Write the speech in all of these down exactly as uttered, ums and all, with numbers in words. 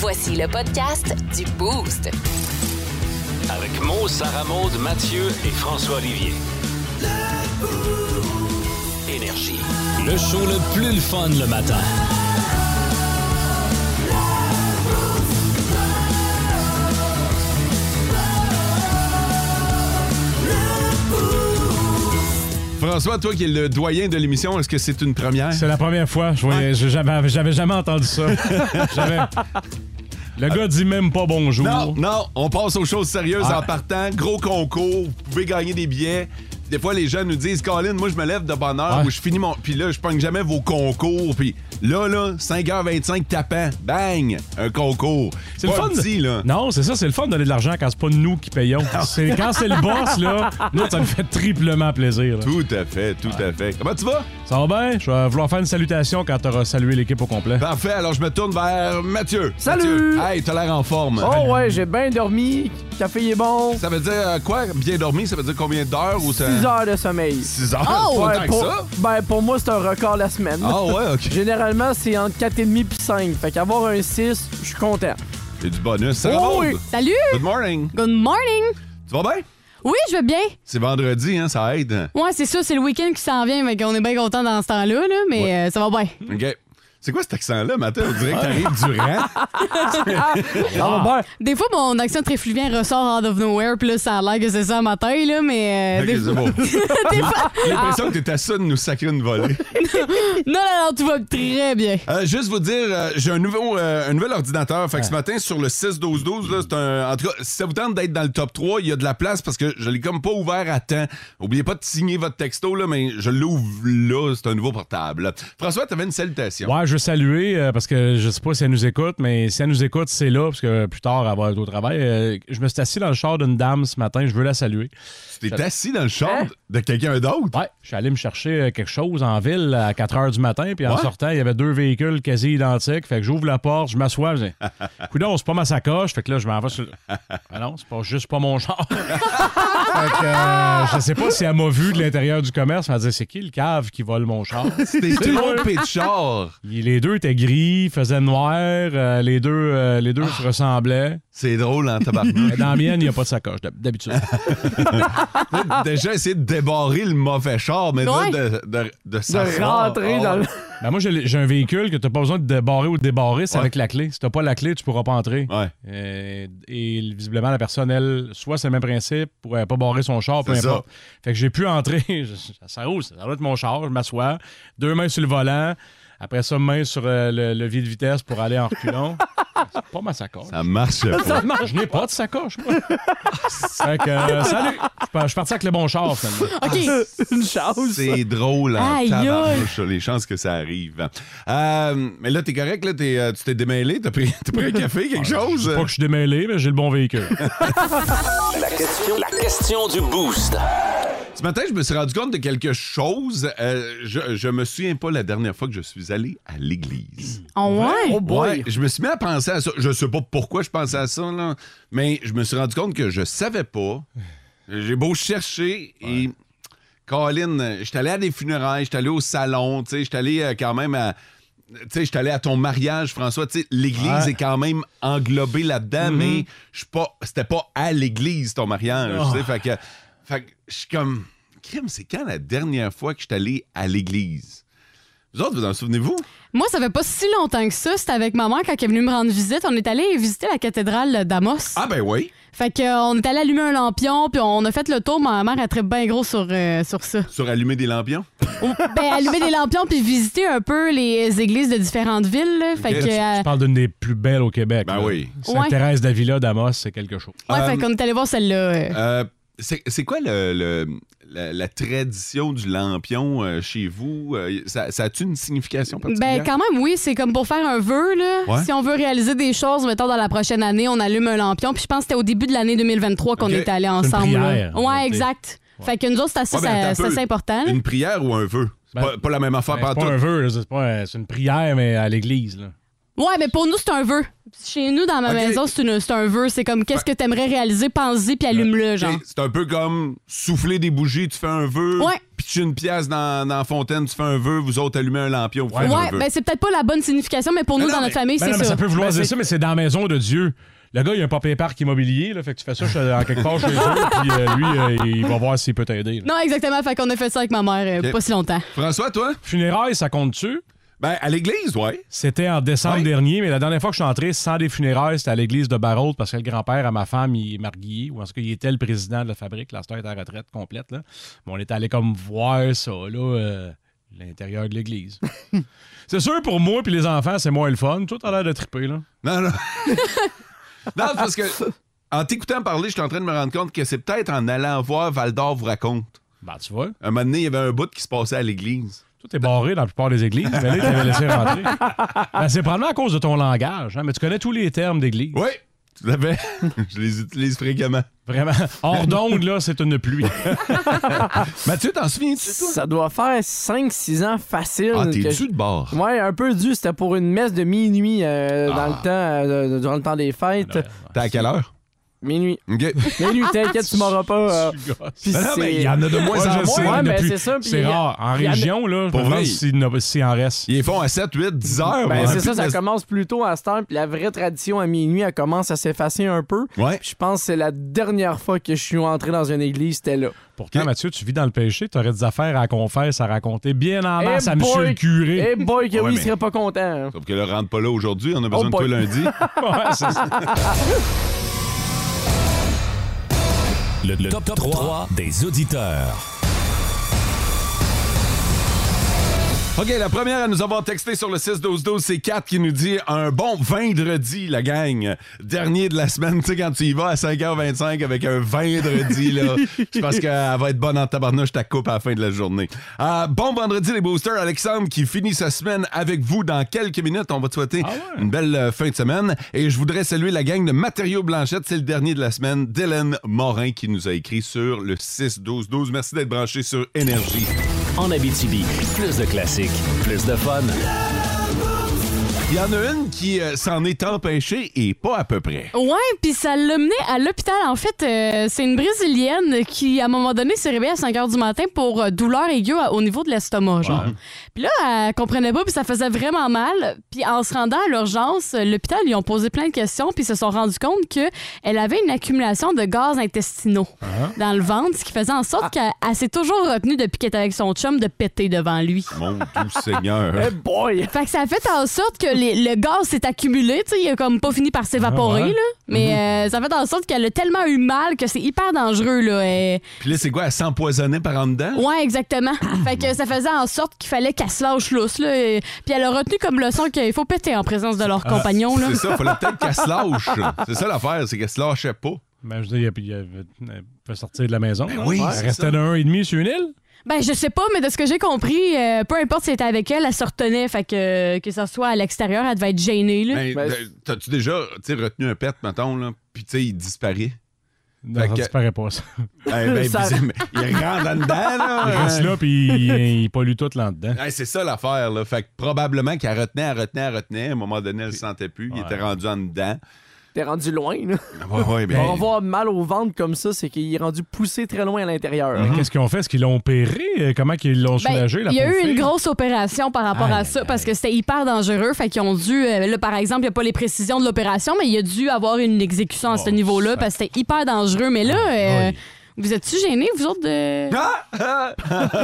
Voici le podcast du Boost. Avec Mo, Sarah Maud, Mathieu et François Olivier. Énergie. Le show le plus le fun le matin. François, toi qui es le doyen de l'émission, est-ce que c'est une première? C'est la première fois. Je voyais, Ouais. je- j'avais, j'avais jamais entendu ça. J'avais... Le gars dit même pas bonjour. Non, non, on passe aux choses sérieuses Ah. en partant. Gros concours, vous pouvez gagner des billets. Des fois, les gens nous disent, Colin, moi, je me lève de bonne heure Ouais. ou je finis mon. Puis là, je pogne jamais vos concours. Puis là, là, cinq heures vingt-cinq tapant, bang, un concours. C'est le Pas fun. petit, là. Non, c'est ça, c'est le fun de donner de l'argent quand c'est pas nous qui payons. C'est, quand c'est le boss, là, nous, ça nous fait triplement plaisir. Là. Tout à fait, tout à fait. Comment tu vas? Ça va bien? Je vais vouloir faire une salutation quand t'auras salué l'équipe au complet. Parfait, alors je me tourne vers Mathieu. Salut! Mathieu. Hey, t'as l'air en forme. Oh ouais, j'ai bien dormi, le café est bon. Ça veut dire euh, quoi? Bien dormi, ça veut dire combien d'heures? ou ça... six heures de sommeil. six heures? Oh! Pas Ouais, tant que pour, ça? ben pour moi, c'est un record la semaine. Ah ouais, OK. Généralement, c'est entre quatre virgule cinq puis cinq. Fait qu'avoir un six, je suis content. C'est du bonus. Ça Oh va, oui. Maud? Salut! Good morning. Good morning! Tu vas bien? Oui, je vais bien. C'est vendredi, hein, ça aide. Ouais, c'est ça, c'est le week-end qui s'en vient, mais on est bien content dans ce temps-là, là, mais Ouais. euh, ça va bien. OK. C'est quoi cet accent-là, Mathieu? On dirait que t'arrives du rang. Ça va bien. Des fois, mon accent trifluvien ressort out of nowhere, puis là, ça a l'air que c'est ça le matin, là, mais... euh, OK, des... c'est bon. des fois... J'ai l'impression que t'es à ça de nous sacrer une volée. Non, non, non, tout va très bien. Euh, juste vous dire, euh, j'ai un nouveau, euh, un nouvel ordinateur. Fait que ce matin, sur le six douze douze, là, c'est un. En tout cas, si ça vous tente d'être dans le top trois, il y a de la place parce que je l'ai comme pas ouvert à temps. Oubliez pas de signer votre texto, là, mais je l'ouvre là. C'est un nouveau portable. François, t'avais une salutation. Ouais, je veux saluer euh, parce que je sais pas si elle nous écoute, mais si elle nous écoute, c'est là, parce que plus tard, elle va être au travail. Euh, je me suis assis dans le char d'une dame ce matin, je veux la saluer. Tu t'es assis dans le char de quelqu'un d'autre? Ouais, je suis allé me chercher euh, quelque chose en ville à quatre heures du matin, puis en Ouais? sortant, il y avait deux véhicules quasi identiques. Fait que j'ouvre la porte, je m'assois, je dis coudonc, c'est pas ma sacoche. Fait que là, je m'en vais sur. Ah non, c'est pas juste pas mon char. Fait que euh, je sais pas si elle m'a vu de l'intérieur du commerce, elle m'a dit c'est qui le cave qui vole mon char? T'es trompé de char. Les deux étaient gris, faisaient noir, euh, les deux, euh, les deux se ressemblaient. C'est drôle en tabarnak. Mais dans la mienne, il n'y a pas de sacoche, d'hab- d'habitude. Déjà, essayer de débarrer le mauvais char, mais Ouais. de, de, de, de De s'asseoir. rentrer Ah, dans le... Ben moi, j'ai j'ai un véhicule que tu n'as pas besoin de débarrer ou de débarrer, c'est Ouais. avec la clé. Si tu n'as pas la clé, tu ne pourras pas entrer. Ouais. Euh, et visiblement, la personne, elle, soit c'est le même principe, pourrait pas barrer son char, peu C'est ça. importe. Fait que j'ai pu entrer. Je- ça roule, ça doit être mon char. Je m'assois, deux mains sur le volant. Après ça, main sur euh, le levier de vitesse pour aller en reculons. C'est pas ma sacoche. Ça marche pas. Je n'ai pas de sacoche, moi. Fait que, euh, salut. Je suis- je suis parti avec le bon char, finalement. OK. Une chance. C'est drôle en Aïe, tabarnouche, ça, les chances que ça arrive. Euh, mais là, t'es correct, là, t'es, euh, tu t'es démêlé, t'as pris, t'as pris un café, quelque Je chose? dis pas que je suis démêlé, mais j'ai le bon véhicule. La question, la question du Boost. Ce matin, je me suis rendu compte de quelque chose. Euh, je, je me souviens pas la dernière fois que je suis allé à l'église. Oh, ouais? Oh boy. Ouais, je me suis mis à penser à ça. Je sais pas pourquoi je pensais à ça, là, mais je me suis rendu compte que je savais pas. J'ai beau chercher et... Colin, j'étais allé à des funérailles, j'étais allé au salon, tu sais, j'étais allé euh, quand même à... Tu sais, j'étais allé à ton mariage, François. Tu sais, l'église Ouais. est quand même englobée là-dedans, Mhm. mais je suis pas... C'était pas à l'église, ton mariage, Oh. tu sais. Fait que... Fait que je suis comme... Crime, c'est quand la dernière fois que je suis allé à l'église? Vous autres, vous en souvenez-vous? Moi, ça fait pas si longtemps que ça. C'était avec maman quand elle est venue me rendre visite. On est allé visiter la cathédrale d'Amos. Ah ben oui. Fait qu'on est allé allumer un lampion, puis on a fait le tour. Ma mère, elle très bien gros sur, euh, sur ça. Sur allumer des lampions? Ben, allumer des lampions, puis visiter un peu les églises de différentes villes. Là. Fait Ok. que... Tu- euh, Je parle d'une des plus belles au Québec. Ben là. oui. Sainte-Thérèse d'Avila d'Amos, c'est quelque chose. Ouais, Euh, fait qu'on est allé voir celle-là. euh. Euh, c'est, c'est quoi le, le- la, la tradition du lampion euh, chez vous? Euh, ça, ça a-tu une signification particulière? Ben, quand même, oui, c'est comme pour faire un vœu, là. Ouais. Si on veut réaliser des choses, mettons, dans la prochaine année, on allume un lampion. Puis je pense que c'était au début de l'année deux mille vingt-trois qu'on Ok. est allés une ensemble. là. prière, en Ouais, réalité. exact. Fait que nous autres, c'est assez, Ouais, ben, attends un c'est peu. assez important. là. Une prière ou un vœu? C'est Ben, pas, pas la même affaire Ben, c'est partout. pas un vœu, là, c'est, pas un- c'est une prière, mais à l'église. Là. Ouais, mais pour nous, c'est un vœu. Chez nous, dans ma Ok. maison, c'est, une- c'est un vœu. C'est comme qu'est-ce que t'aimerais réaliser, pense-y, puis allume-le, genre. T'sais, C'est un peu comme souffler des bougies, tu fais un vœu. Ouais. Pitcher une pièce dans, dans la fontaine, tu fais un vœu. Vous autres, allumez un lampion, vous faites Ouais, un vœu. ben c'est peut-être pas la bonne signification, mais pour nous, non, dans mais- notre famille, Ben c'est non, mais ça. ça peut vouloir Ben, dire c'est- ça, mais c'est dans la maison de Dieu. Le gars, il a un papier parc immobilier, là, fait que tu fais ça chez- en quelque part chez eux, puis euh, lui, euh, il va voir s'il peut t'aider. là. Non, exactement. Fait qu'on a fait ça avec ma mère euh, Ok. pas si longtemps. François, toi? Funérailles, ça compte-tu? Ben, à l'église, ouais. C'était en décembre Ouais. dernier, mais la dernière fois que je suis entré sans des funérailles, c'était à l'église de Barrault parce que le grand-père à ma femme, il est marguillé, ou en tout cas, il était le président de la fabrique. La star était à la retraite complète. Là. Mais on était allé comme voir ça, là, euh, l'intérieur de l'église. C'est sûr, pour moi et les enfants, c'est moins le fun. Toi, t'as l'air de triper, là. Non, non. Non, c'est parce que, en t'écoutant parler, je suis en train de me rendre compte que c'est peut-être en allant voir Val d'Or vous raconte. Ben, tu vois. Un moment donné, il y avait un bout qui se passait à l'église. Tout est barré dans la plupart des églises, mais là, ils t'avaient laissé rentrer. Ben, c'est probablement à cause de ton langage, hein, mais tu connais tous les termes d'église. Oui, tout à fait. Je les utilise fréquemment. Vraiment. Hors d'onde, là, c'est une pluie. Mathieu, t'en souviens-tu, toi? Ça doit faire cinq six ans facile. Ah, que t'es je- dû de bord. Ouais, un peu dû. C'était pour une messe de minuit euh, dans Ah. le temps, euh, durant le temps des fêtes. T'es à quelle heure? Minuit. OK. Minuit, t'inquiète, tu m'auras pas. euh, Tu gosses. puis Ben non, c'est- mais il y en a de moins Ouais, en je moins. sais, Ouais, il y en a mais plus. c'est ça, puis C'est il y a- rare. En il y en a- région, là, je Pour me demande vrai, s'il y en a- s'il en reste. Ils les font à sept, huit, dix heures. Ben, ouais. c'est ça, Plus ça de- commence plus tôt à cette heure, puis la vraie tradition à minuit, elle commence à s'effacer un peu. Ouais. Puis je pense que c'est la dernière fois que je suis entré dans une église, c'était là. Pourtant, Ok. Mathieu, tu vis dans le péché, tu aurais des affaires à confesse, à raconter bien en Eh masse à boy! monsieur le curé. Eh boy, que Ouais, oui, il mais- serait pas content. hein. Sauf que là, rentre pas là aujourd'hui. On a besoin Oh de toi boy. lundi. Ouais, c'est ça. Le, le top, trois des auditeurs. OK, la première à nous avoir texté sur le six douze douze, c'est Kat qui nous dit un bon vendredi, la gang. Dernier de la semaine, tu sais, quand tu y vas à cinq heures vingt-cinq avec un vendredi, là, je pense qu'elle va être bonne en tabarnouche ta coupe à la fin de la journée. Euh, bon vendredi, les boosters. Alexandre qui finit sa semaine avec vous dans quelques minutes. On va te souhaiter Ah ouais? une belle euh, fin de semaine. Et je voudrais saluer la gang de Matériaux Blanchette. C'est le dernier de la semaine. Dylan Morin qui nous a écrit sur le six douze douze. Merci d'être branché sur Énergie. En Abitibi, plus de classiques, plus de fun. Il y en a une qui euh, s'en est empêchée et pas à peu près. Ouais, puis ça l'a mené à l'hôpital. En fait, euh, c'est une Brésilienne qui, à un moment donné, s'est réveillée à cinq heures du matin pour euh, douleur aiguë à- au niveau de l'estomac, genre. Puis là, elle comprenait pas, puis ça faisait vraiment mal. Puis en se rendant à l'urgence, euh, l'hôpital, ils ont posé plein de questions, puis ils se sont rendus compte qu'elle avait une accumulation de gaz intestinaux dans le ventre, ce qui faisait en sorte qu'elle elle s'est toujours retenue depuis qu'elle était avec son chum de péter devant lui. Mon doux Seigneur. Eh boy! Fait que ça a fait en sorte que les- le gaz s'est accumulé, tu sais, il a comme pas fini par s'évaporer, Ah ouais. là. Mais euh, ça a fait en sorte qu'elle a tellement eu mal que c'est hyper dangereux, là. Et- Puis là, c'est quoi? Elle s'empoisonnait par en dedans? Ouais, exactement. Fait que ça faisait en sorte qu'il fallait qu'elle se lâche lousse, là. Et- Puis elle a retenu comme leçon qu'il faut péter en présence de leur compagnon, là. C'est ça, fallait peut-être qu'elle se lâche. C'est ça l'affaire, c'est qu'elle se lâchait pas. Ben, je veux dire, il y avait- elle peut sortir de la maison. Ben là. oui, Elle c'est restait ça. d'un et demi sur une île. Ben, je sais pas, mais de ce que j'ai compris, euh, peu importe si elle était avec elle, elle se retenait. Fait que que ça soit à l'extérieur, elle devait être gênée, là. Ben, Ben, t'as- T'as-tu déjà tu sais, retenu un pet, mettons, là, puis tu sais, il disparaît? Non, Fait ça que- disparaît pas, ça. Eh ben, Ça- visiblement, il rentre en dedans, là. Il reste là, puis il, il pollue tout là-dedans. Hey, c'est ça l'affaire, là. Fait que probablement qu'elle retenait, elle retenait, elle retenait. À un moment donné, elle le sentait plus. Il Ouais. était rendu en dedans. T'es rendu loin, là. Ouais, ouais, ben, On va avoir mal au ventre comme ça, c'est qu'il est rendu poussé très loin à l'intérieur. Mais Qu'est-ce qu'ils ont fait? Est-ce qu'ils l'ont opéré? Euh, Comment qu'ils l'ont Ben, soulagé? la il y a pauvre eu une fille? grosse opération par rapport à Aïe, ça aïe, parce aïe. que c'était hyper dangereux. Fait qu'ils ont dû, euh, là, par exemple, il n'y a pas les précisions de l'opération, mais il y a dû avoir une exécution à ce Oh, niveau-là ça- parce que c'était hyper dangereux. Mais là, euh, Aïe. vous êtes-tu gênés, vous autres, de. Ah!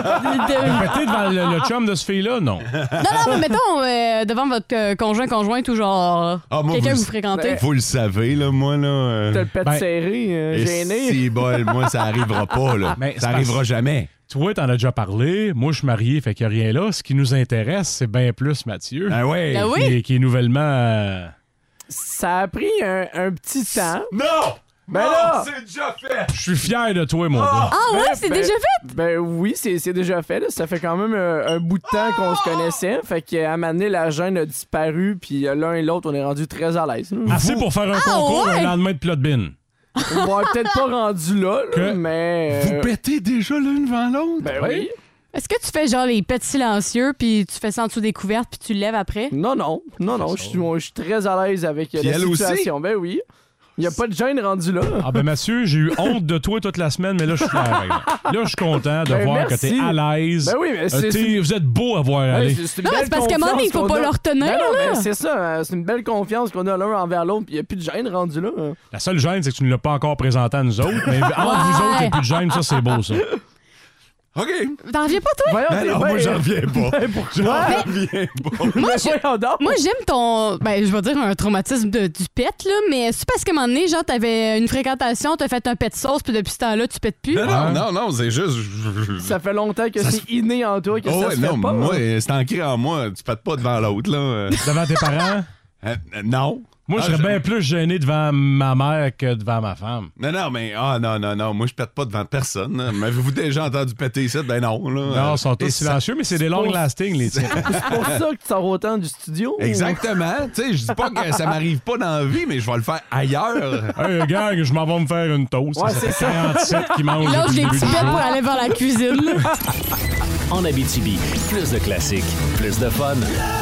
de- Pété devant le, le chum de ce fille-là? Non. Non, non, mais mettons, euh, devant votre euh, conjoint, conjointe ou genre. Ah, moi, quelqu'un que vous- vous fréquentez. Ben, Vous le savez, là, moi, là. euh, T'as le pet Ben, serré, euh, et gêné. si bol, moi, ça arrivera pas, là. Mais c'est ça arrivera parce- jamais. Toi, t'en as déjà parlé. Moi, je suis marié, fait qu'il n'y a rien là. Ce qui nous intéresse, c'est bien plus Mathieu. Ah ouais. Ben oui. Qui, est- qui est nouvellement... euh, Ça a pris un, un petit temps. Non! Ben Non, là! c'est déjà fait! Je suis fier de toi, mon gars. Ah ouais, Ben, c'est ben, déjà fait? Ben oui, c'est c'est déjà fait. Là. Ça fait quand même un, un bout de temps qu'on se connaissait. Fait qu'à un moment donné, la gêne a disparu, puis euh, l'un et l'autre, on est rendu très à l'aise. là. Assez pour faire un concours ouais? un lendemain de plot de bin. On va peut-être pas rendu là, là, Que- mais... Vous euh, pétez déjà l'une devant l'autre? Ben oui. Est-ce que tu fais genre les pets silencieux, puis tu fais ça en dessous des couvertes, puis tu le lèves après? Non, non, non, non, je suis, je suis très à l'aise avec euh, Puis la elle situation. aussi? Ben oui. Il n'y a pas de gêne rendu là. Ah ben Mathieu, j'ai eu honte de toi toute la semaine, mais là, je suis fier. par exemple. Là, je suis content de Ben, voir merci. que t'es à l'aise. Ben oui, mais Euh, c'est... t'es- c'est- Vous êtes beau à voir Ouais, aller. c'est- c'est une Non, belle c'est parce qu'à un moment donné, il faut confiance pas qu'on a. le retenir, Ben non, là. ben c'est ça, hein, c'est une belle confiance qu'on a l'un envers l'autre, puis il n'y a plus de gêne rendu là. hein. La seule gêne, c'est que tu ne l'as pas encore présenté à nous autres, mais entre vous autres, il n'y a plus de gêne, ça, c'est beau, ça. OK. T'en reviens pas, toi? Voyons, Ben t'es non, bien- moi, j'en reviens pas. Ben, pourquoi? J'en reviens pas. Moi, je- Voyons donc. Moi, j'aime ton, ben, je vais dire un traumatisme de, du pet, là, mais c'est parce qu'à un moment donné, genre, t'avais une fréquentation, t'as fait un pet sauce, puis depuis ce temps-là, tu pètes plus. Non, Ouais. non, non, non, c'est juste... je- je- Ça fait longtemps que Ça c'est inné en toi, que Oh, ça ouais, se non, fait pas. moi, hein. c'est ancré en moi. Tu pètes pas devant l'autre, là. Euh, Devant tes parents, euh, non. moi, je Ah, serais je- bien plus gêné devant ma mère que devant ma femme. Non, non, mais... Ah, non, non, non. Moi, je pète pas devant personne. hein. M'avez-vous déjà entendu péter ici? Ben non, là. Non, ils sont tous Et ça- silencieux, mais c'est des long lasting, les tiens. C'est pour ça que tu sors autant du studio. Exactement. Tu sais, je dis pas que ça m'arrive pas dans la vie, mais je vais le faire ailleurs. Hey, gang, je m'en vais me faire une toast. Ouais, ça c'est fait quarante-sept qui mangent Là, depuis je le les début petits du pets show. pour aller vers la cuisine, là. En Abitibi, plus de classiques, plus de fun.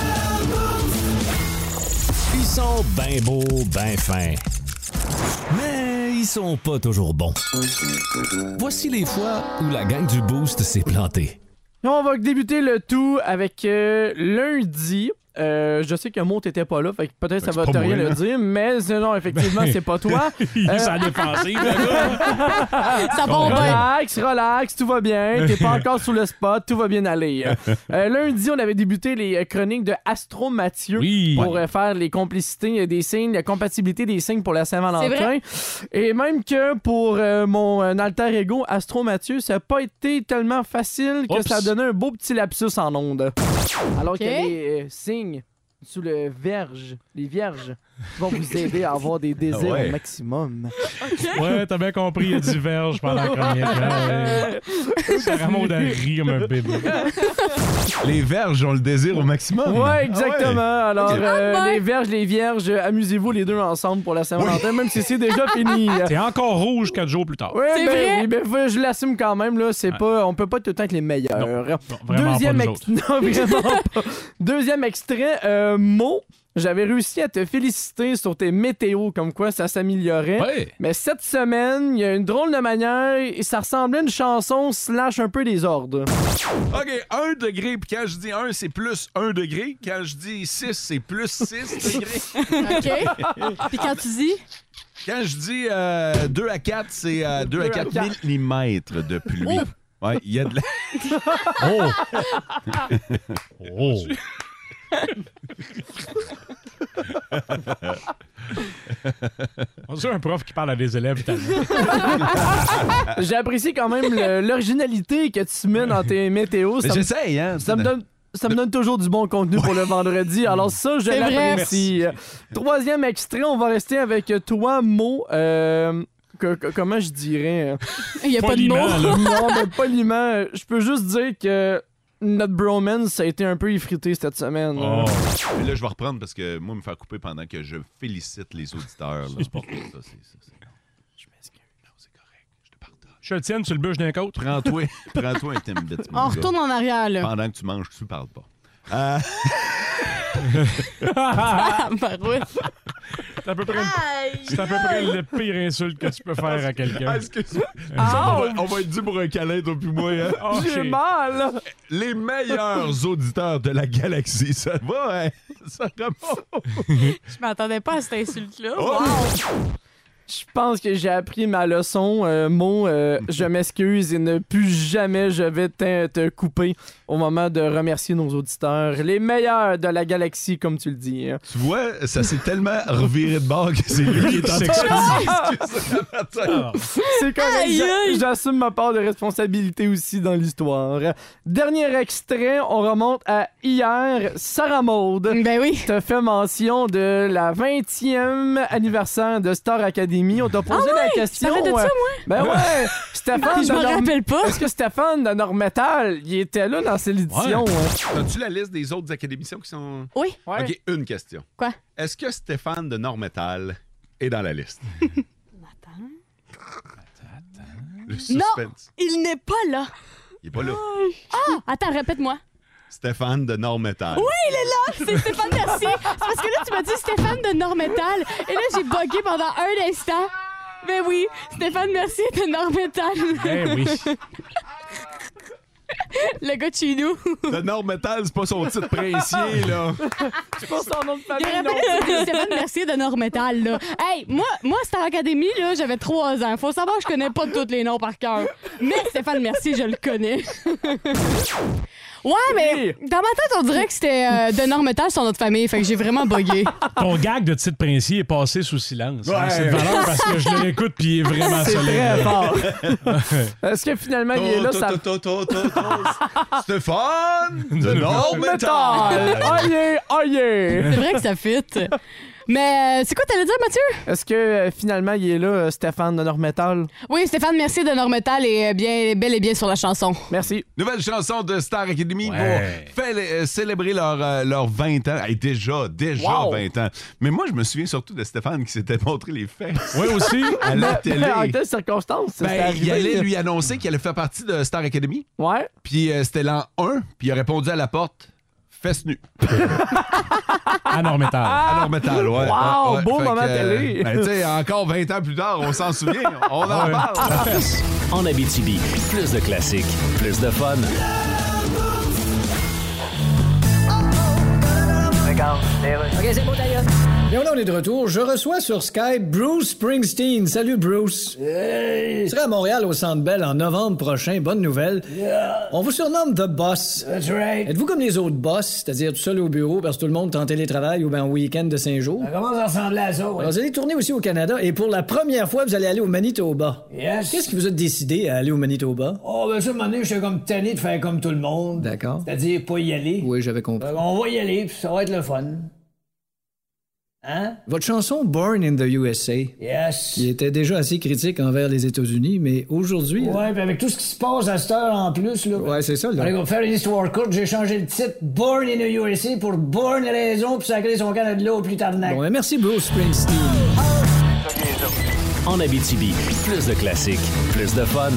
Ils sont ben beaux, ben fins. Mais ils sont pas toujours bons. Voici les fois où la gang du Boost s'est plantée. Et on va débuter le tout avec euh, lundi. Euh, je sais que Mo t'étais pas là, fait que peut-être ça c'est va pas te moi, rien là. le dire, mais euh, non, effectivement, Ben, c'est pas toi. Il Euh, est à la défensive, le gars. Ça va bien. Relax, relax, tout va bien. T'es pas encore sous le spot, tout va bien aller. Euh, lundi, on avait débuté les euh, chroniques de Astro Mathieu Oui. pour euh, faire les complicités euh, des signes, la compatibilité des signes pour la C'est Saint-Valentin. vrai. Et même que pour euh, mon euh, alter ego Astro Mathieu, ça n'a pas été tellement facile que Oups. ça a donné un beau petit lapsus en ondes. Alors Ok. que les euh, signes sous le verge, les vierges, vont vous aider à avoir des désirs Ah ouais. au maximum. Ouais, t'as bien compris, il y a du verge pendant la chronique. Ouais. Sarah Maud a ri comme un bébé. Les verges ont le désir au maximum. Ouais, exactement. Ah ouais. Alors, Ok. euh, Ah ouais. les verges, les vierges, amusez-vous les deux ensemble pour la Saint-Valentin, même si c'est déjà fini. T'es encore rouge quatre jours plus tard. Ouais, C'est ben, vrai? oui, ben, faut- je l'assume quand même, là. C'est pas, on peut pas tout le temps être les meilleurs. Non, vraiment Deuxième pas nous ex- non, vraiment pas. Deuxième extrait, euh, Mo, j'avais réussi à te féliciter sur tes météos, comme quoi ça s'améliorait. Ouais. Mais cette semaine, il y a une drôle de manière et ça ressemblait à une chanson slash un peu des ordres. OK, un degré, puis quand je dis un, c'est plus un degré. Quand je dis six, c'est plus six degrés. OK. Puis quand tu dis... Quand je dis euh, deux à quatre, c'est euh, deux à Deux à quatre quatre. millimètres de pluie. Ouais, il y a de la... Oh! Oh! On dirait un prof qui parle à des élèves italiens. J'apprécie quand même le- l'originalité que tu mets dans tes météos. Mais Ça me, j'essaye, hein? ça me donne. Ça me donne toujours du bon contenu pour le vendredi. Alors ça, je C'est vrai. l'apprécie. Troisième extrait, on va rester avec toi, Mo. Euh, que- que- comment je dirais? Il n'y a pas de mots. Poliment, là. Non, mais poliment, je peux juste dire que notre bromance, ça a été un peu effrité cette semaine. Oh. Mais là, je vais reprendre parce que moi, me faire couper pendant que je félicite les auditeurs. là. C'est pas cool, ça. C'est, ça, c'est... Je m'excuse. Non, c'est correct. Je te pardonne. Je le tienne sur le bûche d'un côte. Prends-toi, prends-toi un Timbit. mon On gars. retourne en arrière, là. Pendant que tu manges, tu parles pas. Euh, Ah, barouette. C'est à peu près, c'est à peu près le pire insulte que tu peux faire à quelqu'un. ah, excuse-moi. on, va, on va être dû pour un câlin, toi puis moi. Hein? Oh, J'ai shit. mal! Les meilleurs auditeurs de la galaxie, ça va, hein? Ça remonte. Je m'attendais pas à cette insulte-là. Oh! Je pense que j'ai appris ma leçon. Euh, Mo, euh, je m'excuse et ne plus jamais je vais te, te couper au moment de remercier nos auditeurs. Les meilleurs de la galaxie, comme tu le dis. hein. Tu vois, ça s'est tellement reviré de bord que c'est lui qui est en train de s'excuser. Ah. C'est correct. Aïe, j'a- aïe. J'assume ma part de responsabilité aussi dans l'histoire. Dernier extrait, on remonte à hier. Sarah Maud Ben oui. te fait mention de la vingtième anniversaire de Star Academy. On t'a posé la question. parlais de ça, euh, Ben ouais, Stéphane Je de me Norm- rappelle pas. Est-ce que Stéphane de Normetal, il était là dans cette édition? hein? As-tu la liste des autres académiciens qui sont. Oui. Ouais. OK, une question. Quoi? Est-ce que Stéphane de Normetal est dans la liste? Le suspense. Il n'est pas là. Il Il est pas là. Ah, attends, répète-moi. Stéphane de Nord-Métal. Oui, il est là! C'est Stéphane Mercier. C'est parce que là, tu m'as dit Stéphane de Nord-Métal. Et là, j'ai bugué pendant un instant. Ben oui, Stéphane Mercier de Nord-Métal. Ben oui. Le gars de chez nous. De Nord-Métal, c'est pas son titre princier, là. C'est pas son nom de Il famille, aurait non. fallu que Stéphane Mercier de Nord-Métal, là. Hey, moi, moi Star Academy, là, j'avais trois ans. Faut savoir que je connais pas tous les noms par cœur. Mais Stéphane Mercier, je le connais. Ouais, mais dans ma tête, on dirait que c'était euh, de Nord-Métal sur notre famille. Fait que j'ai vraiment bugué. Ton gag de titre princier est passé sous silence. Ouais. Hein, c'est de valeur parce que je le réécoute puis il est vraiment C'est solide. très fort. Est-ce que finalement, il est là, ça... Stéphane de Métal! Nord-Métal! Aïe, aïe! C'est vrai que ça fit. Mais euh, c'est quoi t'allais dire, Mathieu? Est-ce que euh, finalement, il est là, euh, Stéphane de Nord-Métal? Oui, Stéphane Mercier de Nord-Métal est euh, bien, bel et bien sur la chanson. Merci. Nouvelle chanson de Star Academy Ouais. pour faire, euh, célébrer leurs euh, leurs vingt ans. Hey, déjà, déjà Wow. vingt ans. Mais moi, je me souviens surtout de Stéphane qui s'était montré les fesses Oui, aussi. à la télé. En quelles circonstances? ça s'est Ben, il arrivé? allait lui annoncer qu'il allait faire partie de Star Academy. Ouais. Puis euh, c'était l'an un, puis il a répondu à la porte fesses nues. À Nord-Métal. À Nord-Métal, ouais. Wow, Ouais, ouais. beau Fait moment que, euh, télé. Ben, tu sais, encore vingt ans plus tard, on s'en souvient. On en Ouais. parle. En Abitibi, plus de classiques, plus de fun. Bien là, on est de retour. Je reçois sur Skype Bruce Springsteen. Salut, Bruce. Hey. Tu seras à Montréal au Centre Bell en novembre prochain. Bonne nouvelle. Yeah. On vous surnomme The Boss. That's right. Êtes-vous comme les autres boss, c'est-à-dire tout seul au bureau parce que tout le monde est en télétravail ou bien en week-end de cinq jours? Ça commence à ressembler à ça, ouais. Alors, vous allez tourner aussi au Canada et pour la première fois, vous allez aller au Manitoba. Yes. Qu'est-ce qui vous a décidé à aller au Manitoba? Oh, ben ça, à un moment donné, j'étais comme tanné de faire comme tout le monde. D'accord. C'est-à-dire pas y aller. Oui, j'avais compris. On va y aller, puis ça va être le fun. Hein? Votre chanson Born in the U S A, yes, qui était déjà assez critique envers les États-Unis, mais aujourd'hui... Ouais, puis avec tout ce qui se passe à cette heure en plus, là... Ouais, c'est ça, là. Allez, on va faire une histoire courte, j'ai changé le titre Born in the U S A pour Born Raison, puis sacrer son Canada au plus tarnac. Bon, merci Bruce Springsteen. En Abitibi, plus de classiques, plus de fun.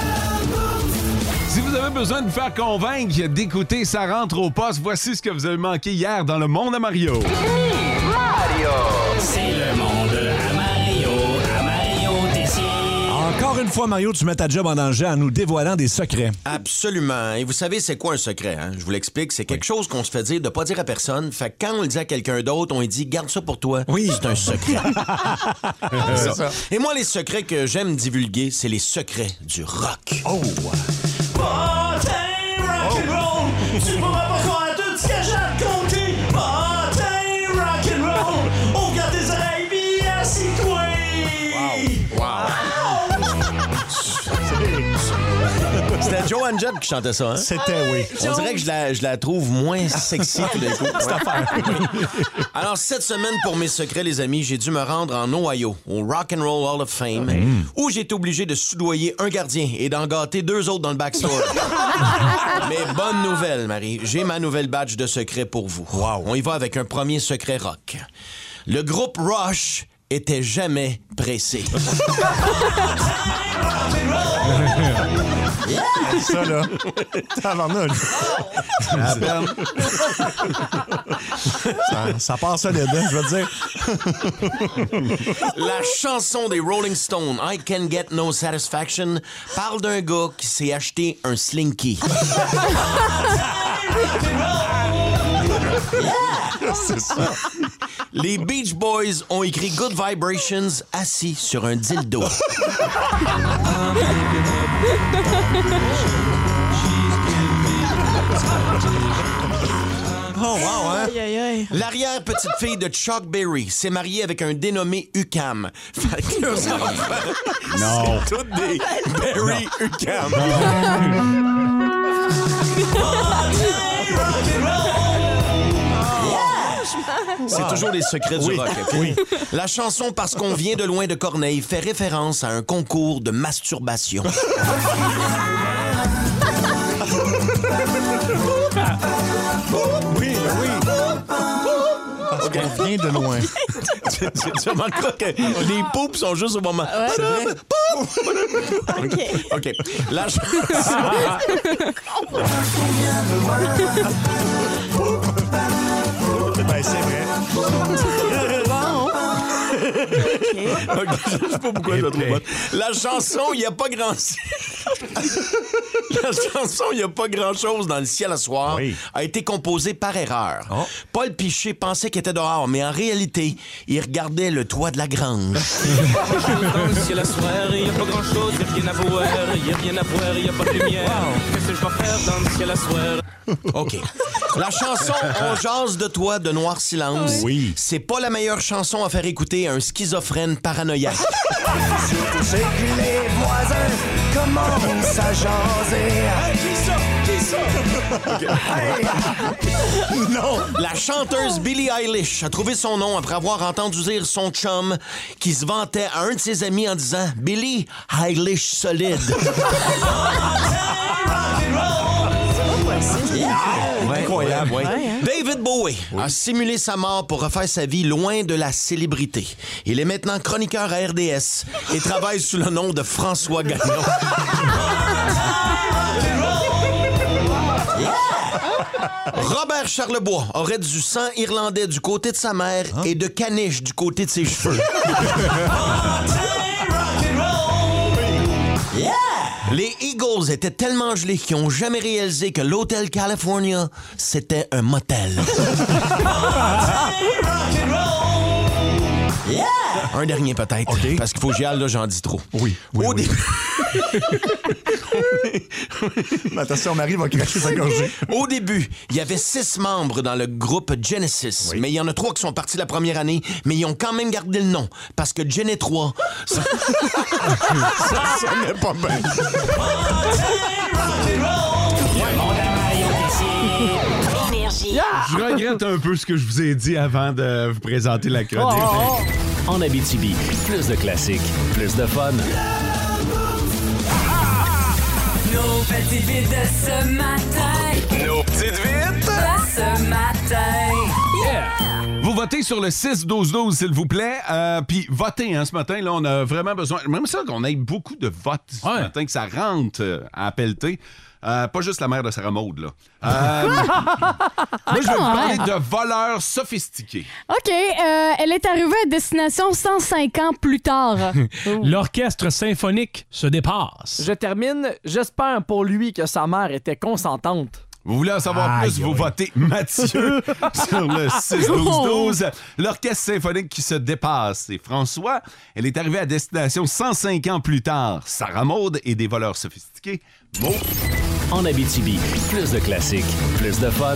Si vous avez besoin de vous faire convaincre d'écouter Ça rentre au poste, voici ce que vous avez manqué hier dans le monde à Mario. C'est le monde à Mario, à Mario Tessier. Encore une fois, Mario, tu mets ta job en danger en nous dévoilant des secrets. Absolument. Et vous savez, c'est quoi un secret? Hein? Je vous l'explique. C'est quelque chose qu'on se fait dire de pas dire à personne. Fait que quand on le dit à quelqu'un d'autre, on lui dit « Garde ça pour toi. » Oui. C'est un secret. C'est ça. Et moi, les secrets que j'aime divulguer, c'est les secrets du rock. Oh! Bottin rock'n'roll, tu pourras pas croire tout ce que j'ai raconté. Bottin rock'n'roll, on garde tes oreilles bien assis-toi. Wow. C'était Joan Jett qui chantait ça, hein? C'était, oui. On dirait que je la, je la trouve moins sexy tout d'un coup. Cette affaire. Alors, cette semaine, pour mes secrets, les amis, j'ai dû me rendre en Ohio, au Rock and Roll Hall of Fame, mmh. où j'ai été obligé de soudoyer un gardien et d'en gâter deux autres dans le backstore. Mais bonne nouvelle, Marie. J'ai ma nouvelle badge de secret pour vous. Wow. On y va avec un premier secret rock. Le groupe Rush était jamais pressé. Ça, là. Tabarnouche. ça, ça part solide, hein, je veux te dire. La chanson des Rolling Stones, I Can Get No Satisfaction, parle d'un gars qui s'est acheté un Slinky. C'est ça. Les Beach Boys ont écrit Good Vibrations assis sur un dildo. Oh, wow, hein? Aïe, aïe, aïe. L'arrière-petite-fille de Chuck Berry s'est mariée avec un dénommé Ucam. Fait que leurs enfants, Non. c'est tous des Berry Ucam. C'est toujours les secrets du Oui. rock. Okay? Oui. La chanson Parce qu'on vient de loin de Corneille fait référence à un concours de masturbation. Oui, ben oui. OK, OK. On vient de loin. tu, tu, tu remarqueras que les poupes sont juste au moment. Ouais. C'est vrai? OK. OK. La chanson... Ben, c'est vrai. Bon. OK, je sais pas pourquoi je la trouve bonne. La chanson, il n'y a pas grand... La chanson, il n'y a pas grand-chose dans le ciel à soir, Oui. a été composée par erreur. Oh. Paul Piché pensait qu'il était dehors, mais en réalité, il regardait le toit de la grange. Dans le ciel à soir, il n'y a pas grand chose, il n'y a rien à voir, il n'y a rien à voir, il n'y a pas de lumière. Qu'est-ce que je vais faire dans le ciel à soir? OK. La chanson On jase de toi de Noir Silence, Oui. c'est pas la meilleure chanson à faire écouter à un schizophrène paranoïaque. C'est que les voisins commencent à jaser. Qui ça? Qui ça? Non! La chanteuse Billie Eilish a trouvé son nom après avoir entendu dire son chum qui se vantait à un de ses amis en disant « Billie Eilish solide ». Incroyable. Ouais. David Bowie a simulé sa mort pour refaire sa vie loin de la célébrité. Il est maintenant chroniqueur à R D S et travaille sous le nom de François Gagnon. Robert Charlebois aurait du sang irlandais du côté de sa mère et de caniche du côté de ses cheveux. Les Eagles étaient tellement gelés qu'ils n'ont jamais réalisé que l'Hôtel California, c'était un motel. Un dernier peut-être, OK. parce qu'il faut que j'y aille, là, j'en dis trop. Oui, oui, Au oui. début... Mais attention, Marie va cracher sa gorgée. Au début, il y avait six membres dans le groupe Genesis, Oui. mais il y en a trois qui sont partis la première année, mais ils ont quand même gardé le nom, parce que Genet trois, ça, ça sonnait pas bien. Énergie. Je regrette un peu ce que je vous ai dit avant de vous présenter la chronique. Oh, En Abitibi, plus de classiques, plus de fun. Nos petites vites de ce matin. Nos petites vites! De ce matin. Vous votez sur le six douze douze, s'il vous plaît. Euh, Puis votez, hein, ce matin, là, on a vraiment besoin. Même ça qu'on ait beaucoup de votes ce Ouais. matin, que ça rentre euh, à pelleter. Euh, pas juste la mère de Sarah Maud, là. Euh, moi, je vais vous parler de voleurs sophistiqués. OK, euh, elle est arrivée à destination cent cinq ans plus tard. L'orchestre symphonique se dépasse. Je termine. J'espère pour lui que sa mère était consentante. Vous voulez en savoir Aïe, plus, vous aïe. votez Mathieu sur le six douze douze. L'orchestre symphonique qui se dépasse, c'est François. Elle est arrivée à destination cent cinq ans plus tard. Sarah Maud et des voleurs sophistiqués. Mo. En Abitibi, plus de classiques, plus de fun.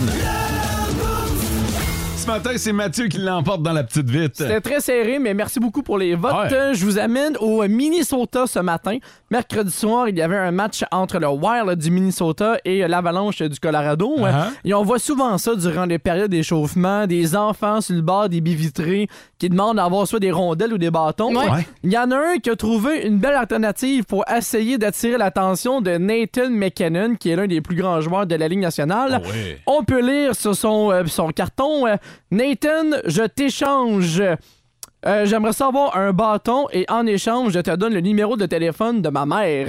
Ce matin, c'est Mathieu qui l'emporte dans la petite vite. C'était très serré, mais merci beaucoup pour les votes. Ouais. Euh, Je vous amène au Minnesota ce matin. Mercredi soir, il y avait un match entre le Wild du Minnesota et l'Avalanche du Colorado. Uh-huh. Et on voit souvent ça durant les périodes d'échauffement, des enfants sur le bord des baies vitrées qui demandent d'avoir soit des rondelles ou des bâtons. Ouais. Ouais. Il y en a un qui a trouvé une belle alternative pour essayer d'attirer l'attention de Nathan McKinnon, qui est l'un des plus grands joueurs de la Ligue nationale. Ah ouais. On peut lire sur son, euh, son carton euh, Nathan, je t'échange. Euh, J'aimerais savoir un bâton et en échange, je te donne le numéro de téléphone de ma mère.